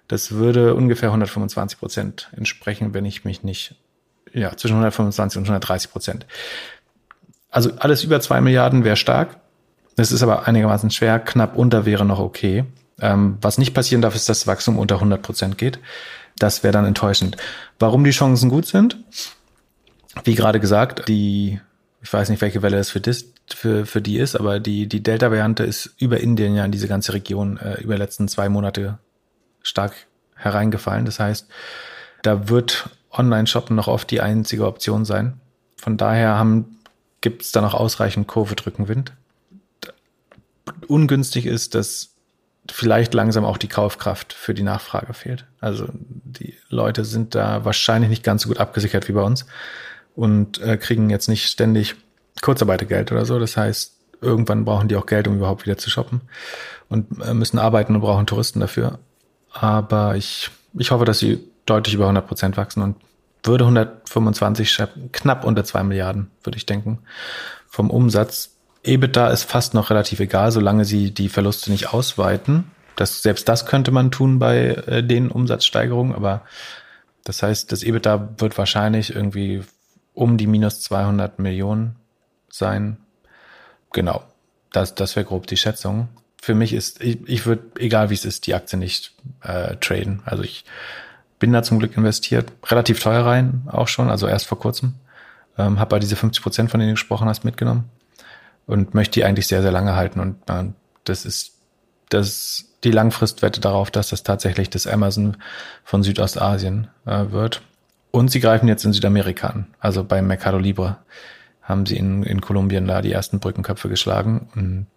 Das würde ungefähr 125% entsprechen, wenn ich mich nicht, zwischen 125 und 130%. Also alles über 2 Milliarden wäre stark. Das ist aber einigermaßen schwer. Knapp unter wäre noch okay. Was nicht passieren darf, ist, dass das Wachstum unter 100% geht. Das wäre dann enttäuschend. Warum die Chancen gut sind? Wie gerade gesagt, ich weiß nicht, welche Welle es für die ist, aber die Delta-Variante ist über Indien ja in diese ganze Region über die letzten 2 Monate stark hereingefallen. Das heißt, da wird Online-Shoppen noch oft die einzige Option sein. Von daher gibt es da noch ausreichend Kurve-Rückenwind. Ungünstig ist, dass vielleicht langsam auch die Kaufkraft für die Nachfrage fehlt. Also die Leute sind da wahrscheinlich nicht ganz so gut abgesichert wie bei uns und kriegen jetzt nicht ständig Kurzarbeitergeld oder so. Das heißt, irgendwann brauchen die auch Geld, um überhaupt wieder zu shoppen und müssen arbeiten und brauchen Touristen dafür. Aber ich hoffe, dass sie deutlich über 100% wachsen und würde 125 knapp unter 2 Milliarden, würde ich denken, vom Umsatz. EBITDA ist fast noch relativ egal, solange sie die Verluste nicht ausweiten. Selbst das könnte man tun bei den Umsatzsteigerungen, aber das heißt, das EBITDA wird wahrscheinlich irgendwie um die minus 200 Millionen sein. Genau, das wäre grob die Schätzung. Für mich ich würde, egal wie es ist, die Aktie nicht traden. Also ich bin da zum Glück investiert, relativ teuer rein auch schon, also erst vor kurzem. Habe aber diese 50%, von denen du gesprochen hast, mitgenommen. Und möchte die eigentlich sehr, sehr lange halten. Und das ist die Langfristwette darauf, dass das tatsächlich das Amazon von Südostasien wird. Und sie greifen jetzt in Südamerika an. Also bei Mercado Libre haben sie in Kolumbien da die ersten Brückenköpfe geschlagen. Und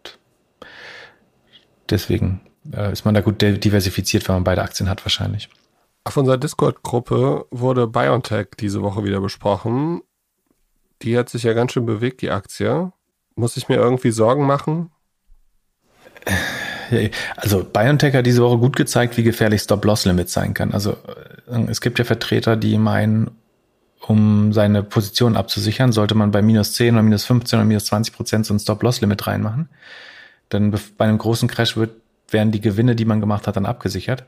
deswegen ist man da gut diversifiziert, wenn man beide Aktien hat wahrscheinlich. Auf unserer Discord-Gruppe wurde BioNTech diese Woche wieder besprochen. Die hat sich ja ganz schön bewegt, die Aktie. Muss ich mir irgendwie Sorgen machen? Also BioNTech hat diese Woche gut gezeigt, wie gefährlich Stop-Loss-Limit sein kann. Also es gibt ja Vertreter, die meinen, um seine Position abzusichern, sollte man bei minus 10 oder minus 15 oder minus 20% so ein Stop-Loss-Limit reinmachen. Dann bei einem großen Crash werden die Gewinne, die man gemacht hat, dann abgesichert.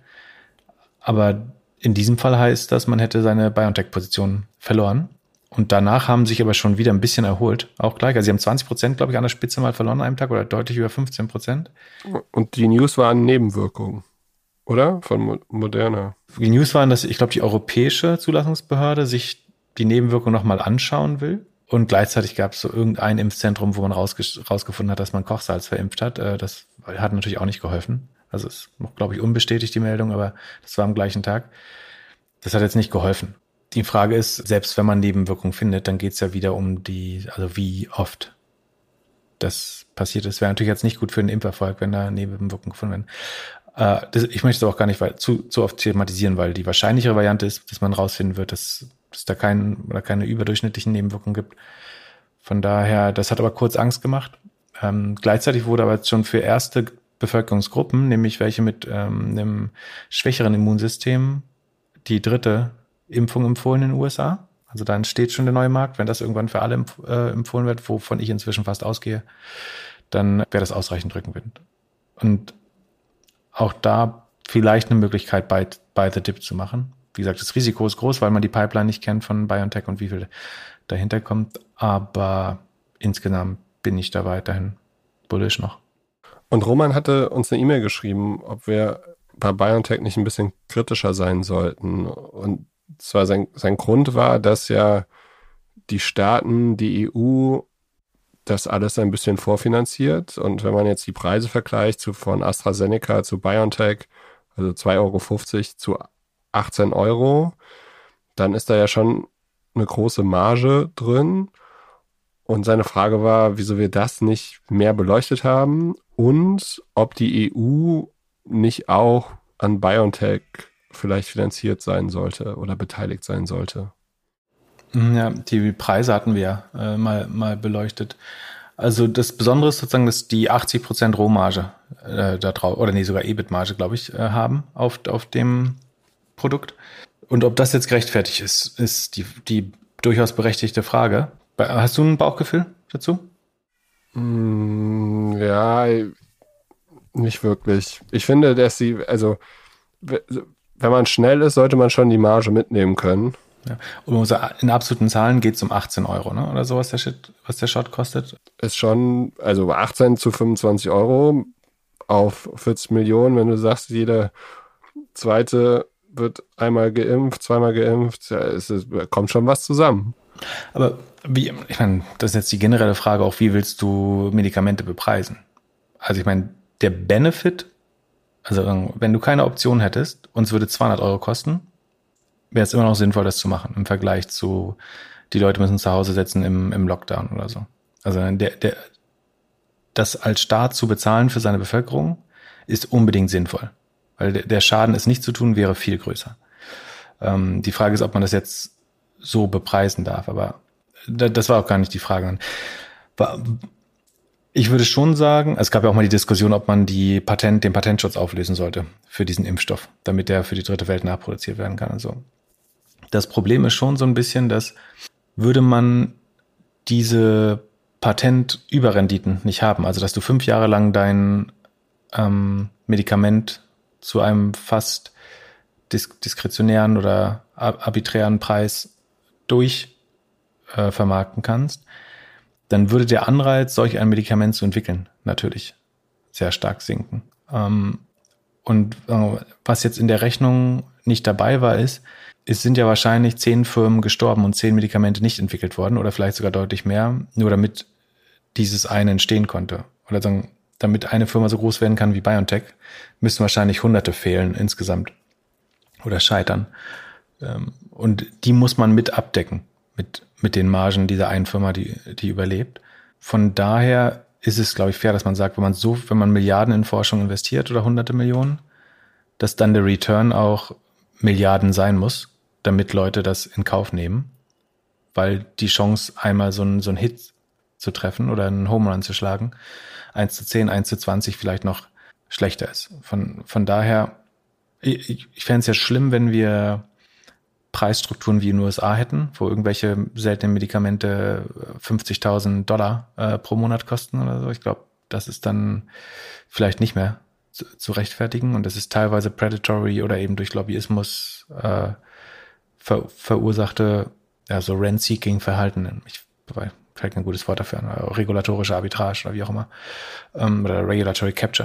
Aber in diesem Fall heißt das, man hätte seine BioNTech-Position verloren. Und danach haben sich aber schon wieder ein bisschen erholt, auch gleich. Also sie haben 20%, glaube ich, an der Spitze mal verloren an einem Tag oder deutlich über 15%. Und die News waren Nebenwirkungen, oder? Von Moderna. Die News waren, dass, ich glaube, die europäische Zulassungsbehörde sich die Nebenwirkungen nochmal anschauen will. Und gleichzeitig gab es so irgendein Impfzentrum, wo man rausgefunden hat, dass man Kochsalz verimpft hat. Das hat natürlich auch nicht geholfen. Also es ist noch, glaube ich, unbestätigt, die Meldung, aber das war am gleichen Tag. Das hat jetzt nicht geholfen. Die Frage ist, selbst wenn man Nebenwirkungen findet, dann geht es ja wieder um also wie oft das passiert ist. Wäre natürlich jetzt nicht gut für den Impferfolg, wenn da Nebenwirkungen gefunden werden. Ich möchte es auch gar nicht zu oft thematisieren, weil die wahrscheinlichere Variante ist, dass man rausfinden wird, dass es da keine überdurchschnittlichen Nebenwirkungen gibt. Von daher, das hat aber kurz Angst gemacht. Gleichzeitig wurde aber jetzt schon für erste Bevölkerungsgruppen, nämlich welche mit einem schwächeren Immunsystem, die dritte Impfung empfohlen in den USA. Also da entsteht schon der neue Markt. Wenn das irgendwann für alle empfohlen wird, wovon ich inzwischen fast ausgehe, dann wäre das ausreichend Rückenwind. Und auch da vielleicht eine Möglichkeit, buy the dip zu machen. Wie gesagt, das Risiko ist groß, weil man die Pipeline nicht kennt von BioNTech und wie viel dahinter kommt. Aber insgesamt bin ich da weiterhin bullish noch. Und Roman hatte uns eine E-Mail geschrieben, ob wir bei BioNTech nicht ein bisschen kritischer sein sollten. Und zwar sein Grund war, dass ja die Staaten, die EU, das alles ein bisschen vorfinanziert. Und wenn man jetzt die Preise vergleicht von AstraZeneca zu BioNTech, also 2,50 € zu 18 €, dann ist da ja schon eine große Marge drin. Und seine Frage war, wieso wir das nicht mehr beleuchtet haben und ob die EU nicht auch an BioNTech vielleicht finanziert sein sollte oder beteiligt sein sollte. Ja, die Preise hatten wir mal beleuchtet. Also das Besondere ist sozusagen, dass die 80% Rohmarge da drauf, oder nee, sogar EBIT-Marge, glaube ich, haben auf dem Produkt. Und ob das jetzt gerechtfertigt ist die durchaus berechtigte Frage. Hast du ein Bauchgefühl dazu? Ja, nicht wirklich. Ich finde, dass sie, also wenn man schnell ist, sollte man schon die Marge mitnehmen können. Ja. Und in absoluten Zahlen geht es um 18 Euro, ne? Oder so, was der Shot kostet. Ist schon, also 18 zu 25 Euro auf 40 Millionen, wenn du sagst, jeder zweite wird einmal geimpft, zweimal geimpft, ja, kommt schon was zusammen. Aber ich meine, das ist jetzt die generelle Frage auch, wie willst du Medikamente bepreisen? Also ich meine, der Benefit, also wenn du keine Option hättest und es würde 200 Euro kosten, wäre es immer noch sinnvoll, das zu machen, im Vergleich zu, die Leute müssen zu Hause sitzen im Lockdown oder so. Also das als Staat zu bezahlen für seine Bevölkerung ist unbedingt sinnvoll. Weil der Schaden, es nicht zu tun, wäre viel größer. Die Frage ist, ob man das jetzt so bepreisen darf, aber das war auch gar nicht die Frage. Ich würde schon sagen, es gab ja auch mal die Diskussion, ob man den Patentschutz auflösen sollte für diesen Impfstoff, damit der für die dritte Welt nachproduziert werden kann und so. Das Problem ist schon so ein bisschen, dass würde man diese Patentüberrenditen nicht haben, also dass du 5 Jahre lang dein Medikament zu einem fast diskretionären oder arbiträren Preis vermarkten kannst, dann würde der Anreiz, solch ein Medikament zu entwickeln, natürlich sehr stark sinken. Und was jetzt in der Rechnung nicht dabei war, es sind ja wahrscheinlich 10 Firmen gestorben und 10 Medikamente nicht entwickelt worden oder vielleicht sogar deutlich mehr, nur damit dieses eine entstehen konnte. Oder sagen, damit eine Firma so groß werden kann wie BioNTech, müssen wahrscheinlich Hunderte fehlen insgesamt oder scheitern. Und die muss man mit abdecken, mit den Margen dieser einen Firma, die überlebt. Von daher ist es, glaube ich, fair, dass man sagt, wenn man Milliarden in Forschung investiert oder hunderte Millionen, dass dann der Return auch Milliarden sein muss, damit Leute das in Kauf nehmen, weil die Chance, einmal so einen Hit zu treffen oder einen Home Run zu schlagen, 1:10, 1:20 vielleicht noch schlechter ist. Von daher, ich fände es ja schlimm, wenn wir Preisstrukturen wie in den USA hätten, wo irgendwelche seltenen Medikamente $50.000 pro Monat kosten oder so. Ich glaube, das ist dann vielleicht nicht mehr zu rechtfertigen und das ist teilweise predatory oder eben durch Lobbyismus verursachte, ja, so Rent-Seeking-Verhalten. Fällt ein gutes Wort dafür an, regulatorische Arbitrage oder wie auch immer, oder Regulatory Capture.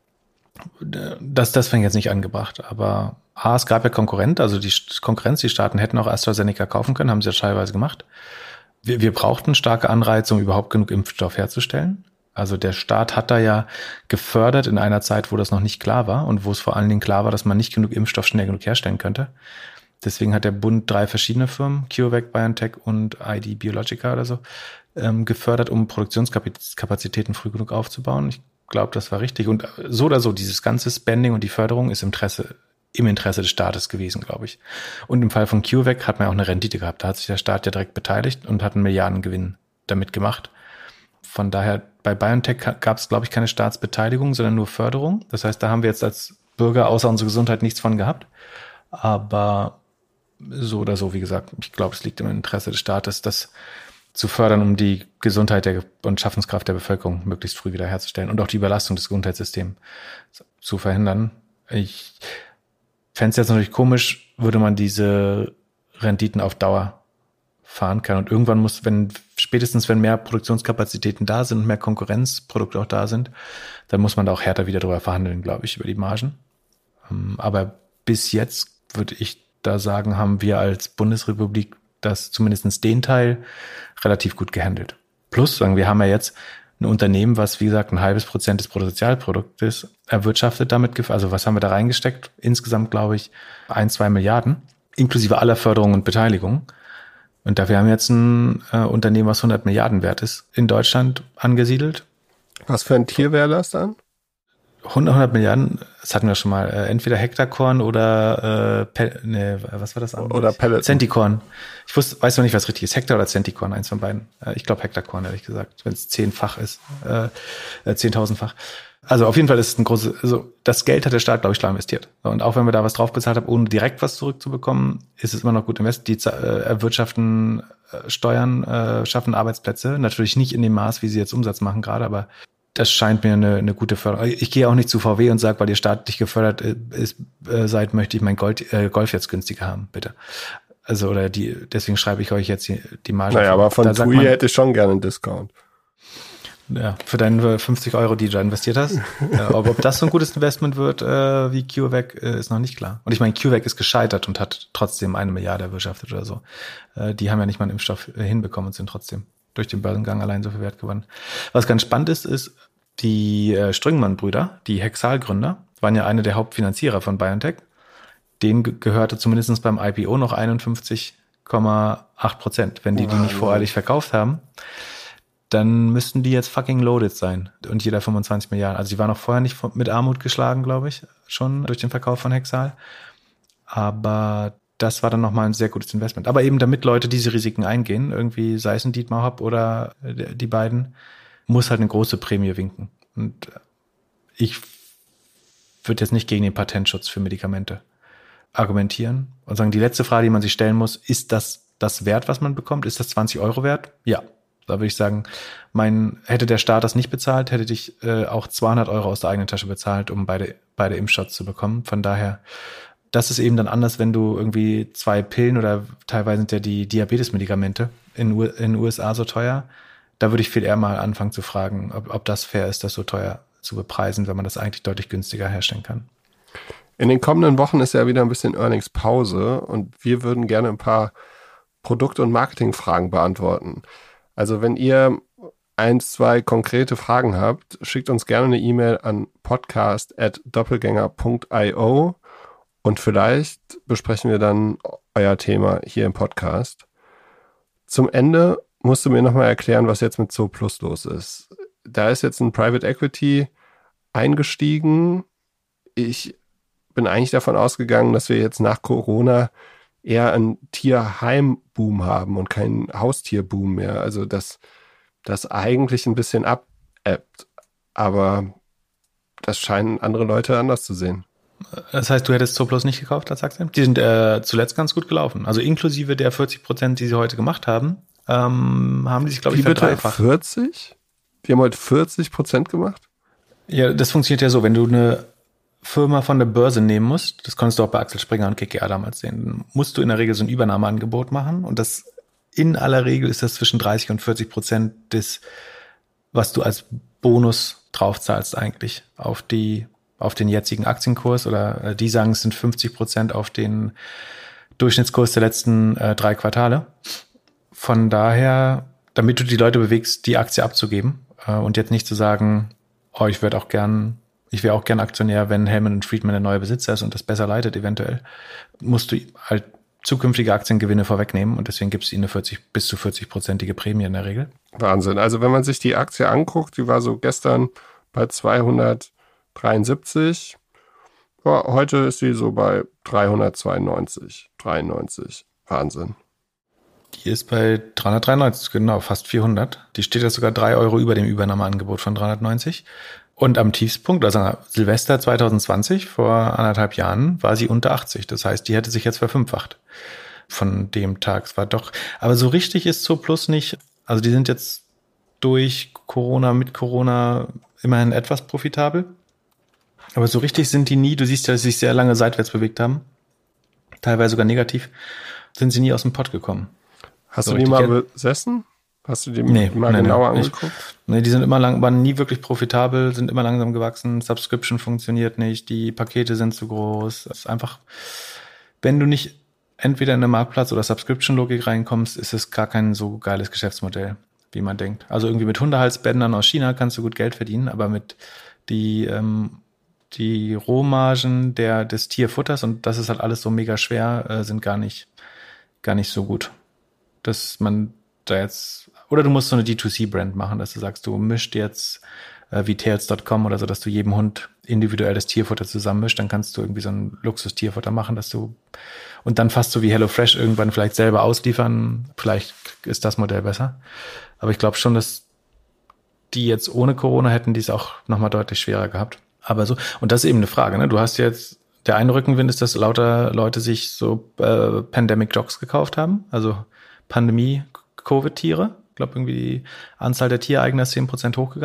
Das fängt jetzt nicht angebracht, aber es gab ja Konkurrenz, die Staaten hätten auch AstraZeneca kaufen können, haben sie ja teilweise gemacht. Wir brauchten starke Anreize, um überhaupt genug Impfstoff herzustellen. Also der Staat hat da ja gefördert in einer Zeit, wo das noch nicht klar war und wo es vor allen Dingen klar war, dass man nicht genug Impfstoff schnell genug herstellen könnte. Deswegen hat der Bund 3 verschiedene Firmen, CureVac, BioNTech und ID Biologica oder so, gefördert, um Produktionskapazitäten früh genug aufzubauen. Ich glaube, das war richtig. Und so oder so, dieses ganze Spending und die Förderung ist im Interesse des Staates gewesen, glaube ich. Und im Fall von CureVac hat man auch eine Rendite gehabt. Da hat sich der Staat ja direkt beteiligt und hat einen Milliardengewinn damit gemacht. Von daher, bei BioNTech gab es, glaube ich, keine Staatsbeteiligung, sondern nur Förderung. Das heißt, da haben wir jetzt als Bürger außer unserer Gesundheit nichts von gehabt. Aber so oder so, wie gesagt, ich glaube, es liegt im Interesse des Staates, das zu fördern, um die Gesundheit und Schaffenskraft der Bevölkerung möglichst früh wiederherzustellen und auch die Überlastung des Gesundheitssystems zu verhindern. Ich fände es jetzt natürlich komisch, würde man diese Renditen auf Dauer fahren können. Und irgendwann spätestens wenn mehr Produktionskapazitäten da sind und mehr Konkurrenzprodukte auch da sind, dann muss man da auch härter wieder drüber verhandeln, glaube ich, über die Margen. Aber bis jetzt würde ich da sagen, haben wir als Bundesrepublik das zumindest den Teil relativ gut gehandelt. Plus, sagen wir haben ja jetzt ein Unternehmen, was, wie gesagt, 0,5% des Bruttosozialproduktes erwirtschaftet damit. Also was haben wir da reingesteckt? Insgesamt, glaube ich, 1-2 Milliarden, inklusive aller Förderung und Beteiligung. Und dafür haben wir jetzt ein Unternehmen, was 100 Milliarden wert ist, in Deutschland angesiedelt. Was für ein Tier wäre das dann? 100 Milliarden, das hatten wir schon mal, entweder Hektarkorn oder was war das andere? Oder Pellet. Centikorn. Ich weiß noch nicht, was richtig ist, Hektar oder Centikorn, eins von beiden. Ich glaube Hektarkorn, ehrlich gesagt, wenn es 10-fach ist, 10.000-fach. Also auf jeden Fall ist es ein großes, also das Geld hat der Staat, glaube ich, klar investiert. Und auch wenn wir da was drauf bezahlt haben, ohne direkt was zurückzubekommen, ist es immer noch gut investiert. Die erwirtschaften Steuern, schaffen Arbeitsplätze. Natürlich nicht in dem Maß, wie sie jetzt Umsatz machen gerade, aber Das scheint mir eine gute Förderung. Ich gehe auch nicht zu VW und sage, weil ihr staatlich gefördert seid, möchte ich mein Golf jetzt günstiger haben, bitte. Also, deswegen schreibe ich euch jetzt die Marge. Naja, aber von TUI hätte ich schon gerne einen Discount. Ja, für deine 50 €, die du da investiert hast. Ob das so ein gutes Investment wird wie CureVac, ist noch nicht klar. Und ich meine, CureVac ist gescheitert und hat trotzdem 1 Milliarde erwirtschaftet oder so. Die haben ja nicht mal einen Impfstoff hinbekommen und sind trotzdem durch den Börsengang allein so viel Wert gewonnen. Was ganz spannend ist die Strüngmann-Brüder, die Hexal-Gründer, waren ja eine der Hauptfinanzierer von BioNTech. Denen gehörte zumindest beim IPO noch 51,8%. Wenn die nicht voreilig verkauft haben, dann müssten die jetzt fucking loaded sein. Und jeder 25 Milliarden. Also die waren auch vorher nicht mit Armut geschlagen, glaube ich, schon durch den Verkauf von Hexal. Aber das war dann nochmal ein sehr gutes Investment. Aber eben damit Leute diese Risiken eingehen, irgendwie sei es ein Dietmar Hopp oder die beiden, muss halt eine große Prämie winken. Und ich würde jetzt nicht gegen den Patentschutz für Medikamente argumentieren und sagen, die letzte Frage, die man sich stellen muss, ist das wert, was man bekommt? Ist das 20 € wert? Ja. Da würde ich sagen, hätte der Staat das nicht bezahlt, hätte ich auch 200 € aus der eigenen Tasche bezahlt, um beide Impfshots zu bekommen. Von daher, das ist eben dann anders, wenn du irgendwie 2 Pillen oder teilweise sind ja die Diabetesmedikamente in den USA so teuer. Da würde ich viel eher mal anfangen zu fragen, ob das fair ist, das so teuer zu bepreisen, wenn man das eigentlich deutlich günstiger herstellen kann. In den kommenden Wochen ist ja wieder ein bisschen Earnings-Pause und wir würden gerne ein paar Produkt- und Marketingfragen beantworten. Also wenn ihr 1, 2 konkrete Fragen habt, schickt uns gerne eine E-Mail an podcast@doppelgänger.io und vielleicht besprechen wir dann euer Thema hier im Podcast. Zum Ende musst du mir nochmal erklären, was jetzt mit Zooplus los ist. Da ist jetzt ein Private Equity eingestiegen. Ich bin eigentlich davon ausgegangen, dass wir jetzt nach Corona eher einen Tierheimboom haben und keinen Haustierboom mehr. Also dass das eigentlich ein bisschen abebbt. Aber das scheinen andere Leute anders zu sehen. Das heißt, du hättest Zooplus nicht gekauft als Aktien? Die sind zuletzt ganz gut gelaufen. Also inklusive der 40%, die sie heute gemacht haben, haben die sich, glaube ich, verdreifacht. 40? Die haben heute 40% gemacht? Ja, das funktioniert ja so, wenn du eine Firma von der Börse nehmen musst, das konntest du auch bei Axel Springer und KKR damals sehen, musst du in der Regel so ein Übernahmeangebot machen und das in aller Regel ist das zwischen 30% und 40% des, was du als Bonus draufzahlst eigentlich auf den jetzigen Aktienkurs oder die sagen, es sind 50% auf den Durchschnittskurs der letzten 3 Quartale. Von daher, damit du die Leute bewegst, die Aktie abzugeben und jetzt nicht zu sagen, ich wäre auch gern Aktionär, wenn Hellman & Friedman der neue Besitzer ist und das besser leitet eventuell, musst du halt zukünftige Aktiengewinne vorwegnehmen und deswegen gibt es ihnen eine bis zu 40%ige Prämie in der Regel. Wahnsinn. Also wenn man sich die Aktie anguckt, die war so gestern bei 273. Ja, heute ist sie so bei 392, 93. Wahnsinn. Die ist bei 393, genau, fast 400. Die steht ja sogar 3 € über dem Übernahmeangebot von 390. Und am Tiefspunkt, also Silvester 2020, vor 1,5 Jahren, war sie unter 80. Das heißt, die hätte sich jetzt verfünffacht von dem Tag. Es war doch, aber so richtig ist Zooplus nicht. Also die sind jetzt mit Corona immerhin etwas profitabel. Aber so richtig sind die nie. Du siehst ja, dass sie sich sehr lange seitwärts bewegt haben. Teilweise sogar negativ. Sind sie nie aus dem Pott gekommen. Hast du die mal besessen? Hast du die mal genauer angeguckt? Nee, die waren nie wirklich profitabel, sind immer langsam gewachsen. Subscription funktioniert nicht, die Pakete sind zu groß. Es ist einfach, wenn du nicht entweder in eine Marktplatz- oder Subscription-Logik reinkommst, ist es gar kein so geiles Geschäftsmodell, wie man denkt. Also irgendwie mit Hundehalsbändern aus China kannst du gut Geld verdienen, aber mit die Rohmargen des Tierfutters, und das ist halt alles so mega schwer, sind gar nicht so gut. Dass man da jetzt, oder du musst so eine D2C-Brand machen, dass du sagst, du mischt jetzt wie Tails.com oder so, dass du jedem Hund individuell das Tierfutter zusammenmischt, dann kannst du irgendwie so ein Luxus-Tierfutter machen, und dann fast so wie HelloFresh irgendwann vielleicht selber ausliefern. Vielleicht ist das Modell besser. Aber ich glaube schon, dass die jetzt ohne Corona hätten die es auch nochmal deutlich schwerer gehabt. Aber so, und das ist eben eine Frage, ne? Du hast jetzt, der eine Rückenwind ist, dass lauter Leute sich so Pandemic Dogs gekauft haben, also Pandemie-Covid-Tiere. Ich glaube, irgendwie die Anzahl der Tiereigner ist 10% hochgegangen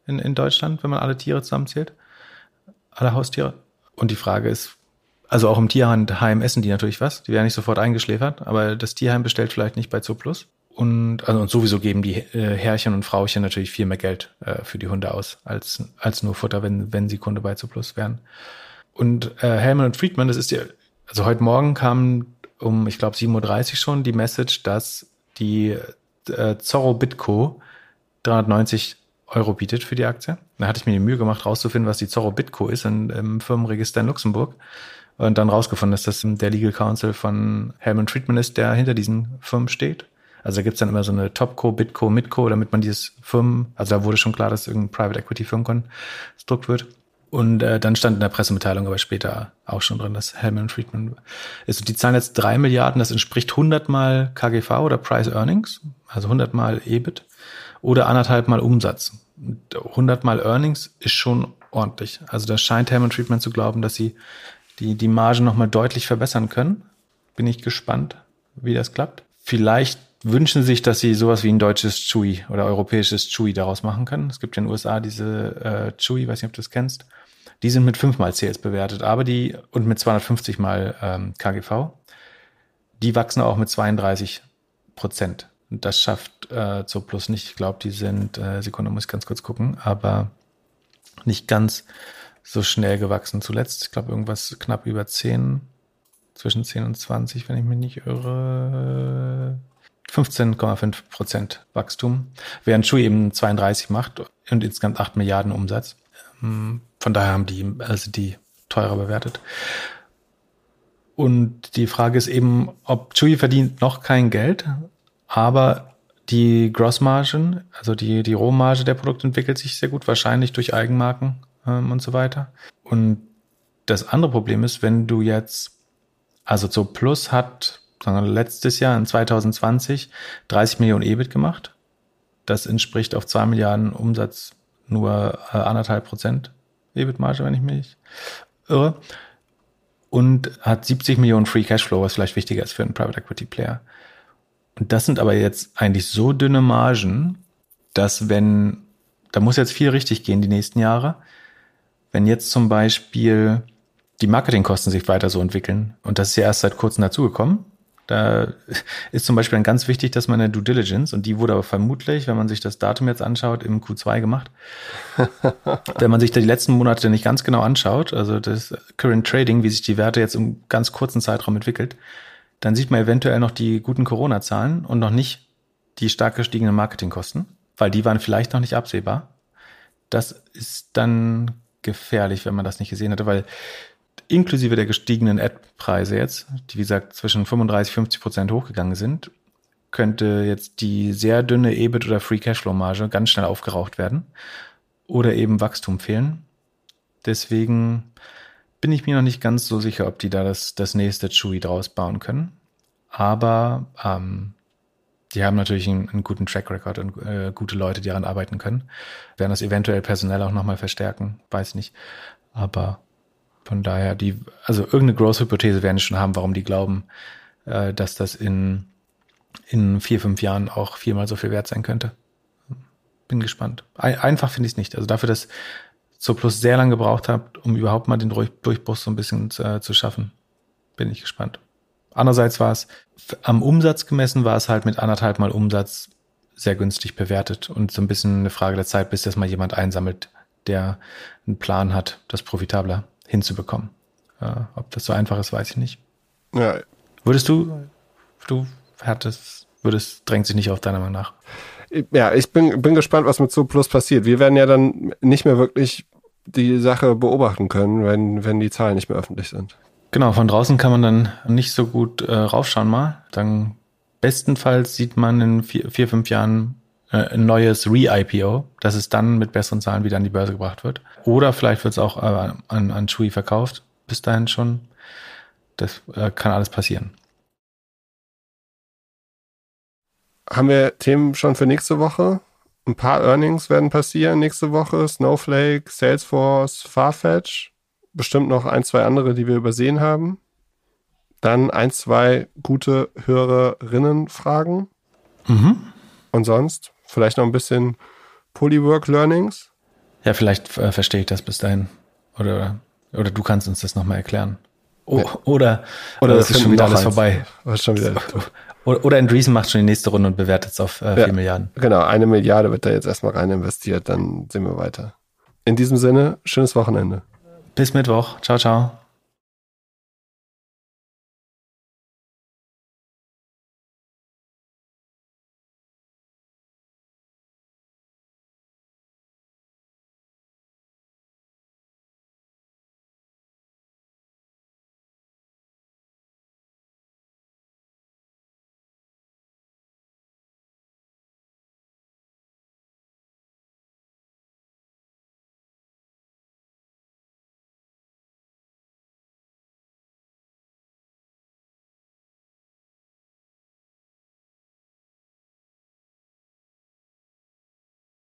in Deutschland, wenn man alle Tiere zusammenzählt. Alle Haustiere. Und die Frage ist, also auch im Tierheim essen die natürlich was. Die werden nicht sofort eingeschläfert, aber das Tierheim bestellt vielleicht nicht bei Zooplus. Und sowieso geben die Herrchen und Frauchen natürlich viel mehr Geld für die Hunde aus, als nur Futter, wenn sie Kunde bei Zooplus wären. Und Hellman und Friedman, das ist also heute Morgen kam um, ich glaube, 7.30 Uhr schon die Message, dass die Zorro Bitco 390 € bietet für die Aktie. Da hatte ich mir die Mühe gemacht, rauszufinden, was die Zorro Bitco ist im Firmenregister in Luxemburg. Und dann rausgefunden, dass das der Legal Counsel von Hellman Friedman ist, der hinter diesen Firmen steht. Also da gibt's dann immer so eine Topco, Bitco, Midco, damit man dieses also da wurde schon klar, dass irgendein Private Equity Firmenkonstrukt wird. Und dann stand in der Pressemitteilung aber später auch schon drin, dass Hellman Friedman ist. Und die zahlen jetzt 3 Milliarden, das entspricht 100 mal KGV oder Price Earnings, also 100 mal EBIT oder 1,5 mal Umsatz. 100 mal Earnings ist schon ordentlich. Also da scheint Hellman Friedman zu glauben, dass sie die Margen nochmal deutlich verbessern können. Bin ich gespannt, wie das klappt. Vielleicht wünschen sich, dass sie sowas wie ein deutsches Chewy oder europäisches Chewy daraus machen können. Es gibt ja in den USA diese Chewy, weiß nicht, ob du das kennst. Die sind mit 5 mal Sales bewertet, aber und mit 250 mal KGV. Die wachsen auch mit 32%. Und das schafft Zooplus nicht. Ich glaube, die sind, Sekunde, muss ich ganz kurz gucken, aber nicht ganz so schnell gewachsen zuletzt. Ich glaube, irgendwas knapp über 10, zwischen 10 und 20, wenn ich mich nicht irre. 15,5% Wachstum, während Chewy eben 32 macht und insgesamt 8 Milliarden Umsatz. Von daher haben die teurer bewertet. Und die Frage ist eben, ob Chewy verdient noch kein Geld, aber die Grossmargen, also die Rohmarge der Produkte entwickelt sich sehr gut, wahrscheinlich durch Eigenmarken und so weiter. Und das andere Problem ist, wenn du jetzt, also Zooplus hat letztes Jahr in 2020 30 Millionen EBIT gemacht. Das entspricht auf 2 Milliarden Umsatz nur 1,5% EBIT-Marge, wenn ich mich irre. Und hat 70 Millionen Free Cashflow, was vielleicht wichtiger ist für einen Private Equity Player. Und das sind aber jetzt eigentlich so dünne Margen, dass da muss jetzt viel richtig gehen die nächsten Jahre. Wenn jetzt zum Beispiel die Marketingkosten sich weiter so entwickeln, und das ist ja erst seit kurzem dazugekommen, da ist zum Beispiel dann ganz wichtig, dass man eine Due Diligence, und die wurde aber vermutlich, wenn man sich das Datum jetzt anschaut, im Q2 gemacht. Wenn man sich da die letzten Monate nicht ganz genau anschaut, also das Current Trading, wie sich die Werte jetzt im ganz kurzen Zeitraum entwickelt, dann sieht man eventuell noch die guten Corona-Zahlen und noch nicht die stark gestiegenen Marketingkosten, weil die waren vielleicht noch nicht absehbar. Das ist dann gefährlich, wenn man das nicht gesehen hätte, weil inklusive der gestiegenen Ad-Preise jetzt, die wie gesagt zwischen 35-50% hochgegangen sind, könnte jetzt die sehr dünne EBIT- oder Free-Cashflow-Marge ganz schnell aufgeraucht werden oder eben Wachstum fehlen. Deswegen bin ich mir noch nicht ganz so sicher, ob die da das nächste Chewy draus bauen können. Aber die haben natürlich einen guten Track Record und gute Leute, die daran arbeiten können. Werden das eventuell personell auch nochmal verstärken, weiß nicht. Aber von daher, also irgendeine Growth-Hypothese werden die schon haben, warum die glauben, dass das in 4-5 Jahren auch 4-mal so viel wert sein könnte. Bin gespannt. Einfach finde ich es nicht. Also dafür, dass Zooplus sehr lange gebraucht hat, um überhaupt mal den Durchbruch so ein bisschen zu schaffen, bin ich gespannt. Andererseits war es, am Umsatz gemessen, war es halt mit 1,5 mal Umsatz sehr günstig bewertet und so ein bisschen eine Frage der Zeit, bis das mal jemand einsammelt, der einen Plan hat, das profitabler hinzubekommen. Ob das so einfach ist, weiß ich nicht. Ja. Drängt sich nicht auf deiner Meinung nach. Ja, ich bin gespannt, was mit Zooplus passiert. Wir werden ja dann nicht mehr wirklich die Sache beobachten können, wenn die Zahlen nicht mehr öffentlich sind. Genau, von draußen kann man dann nicht so gut raufschauen mal. Dann bestenfalls sieht man in 4-5 Jahren ein neues Re-IPO, dass es dann mit besseren Zahlen wieder an die Börse gebracht wird. Oder vielleicht wird es auch an Chewy verkauft. Bis dahin schon. Das kann alles passieren. Haben wir Themen schon für nächste Woche? Ein paar Earnings werden passieren nächste Woche. Snowflake, Salesforce, Farfetch. Bestimmt noch 1-2 andere, die wir übersehen haben. Dann 1-2 gute Hörerinnen-Fragen. Und sonst vielleicht noch ein bisschen Polywork-Learnings. Ja, vielleicht verstehe ich das bis dahin. Oder du kannst uns das nochmal erklären. Oder es ist schon wieder alles vorbei. Oder Andreessen macht schon die nächste Runde und bewertet es auf 4 Milliarden. Genau, 1 Milliarde wird da jetzt erstmal rein investiert, dann sehen wir weiter. In diesem Sinne, schönes Wochenende. Bis Mittwoch. Ciao, ciao.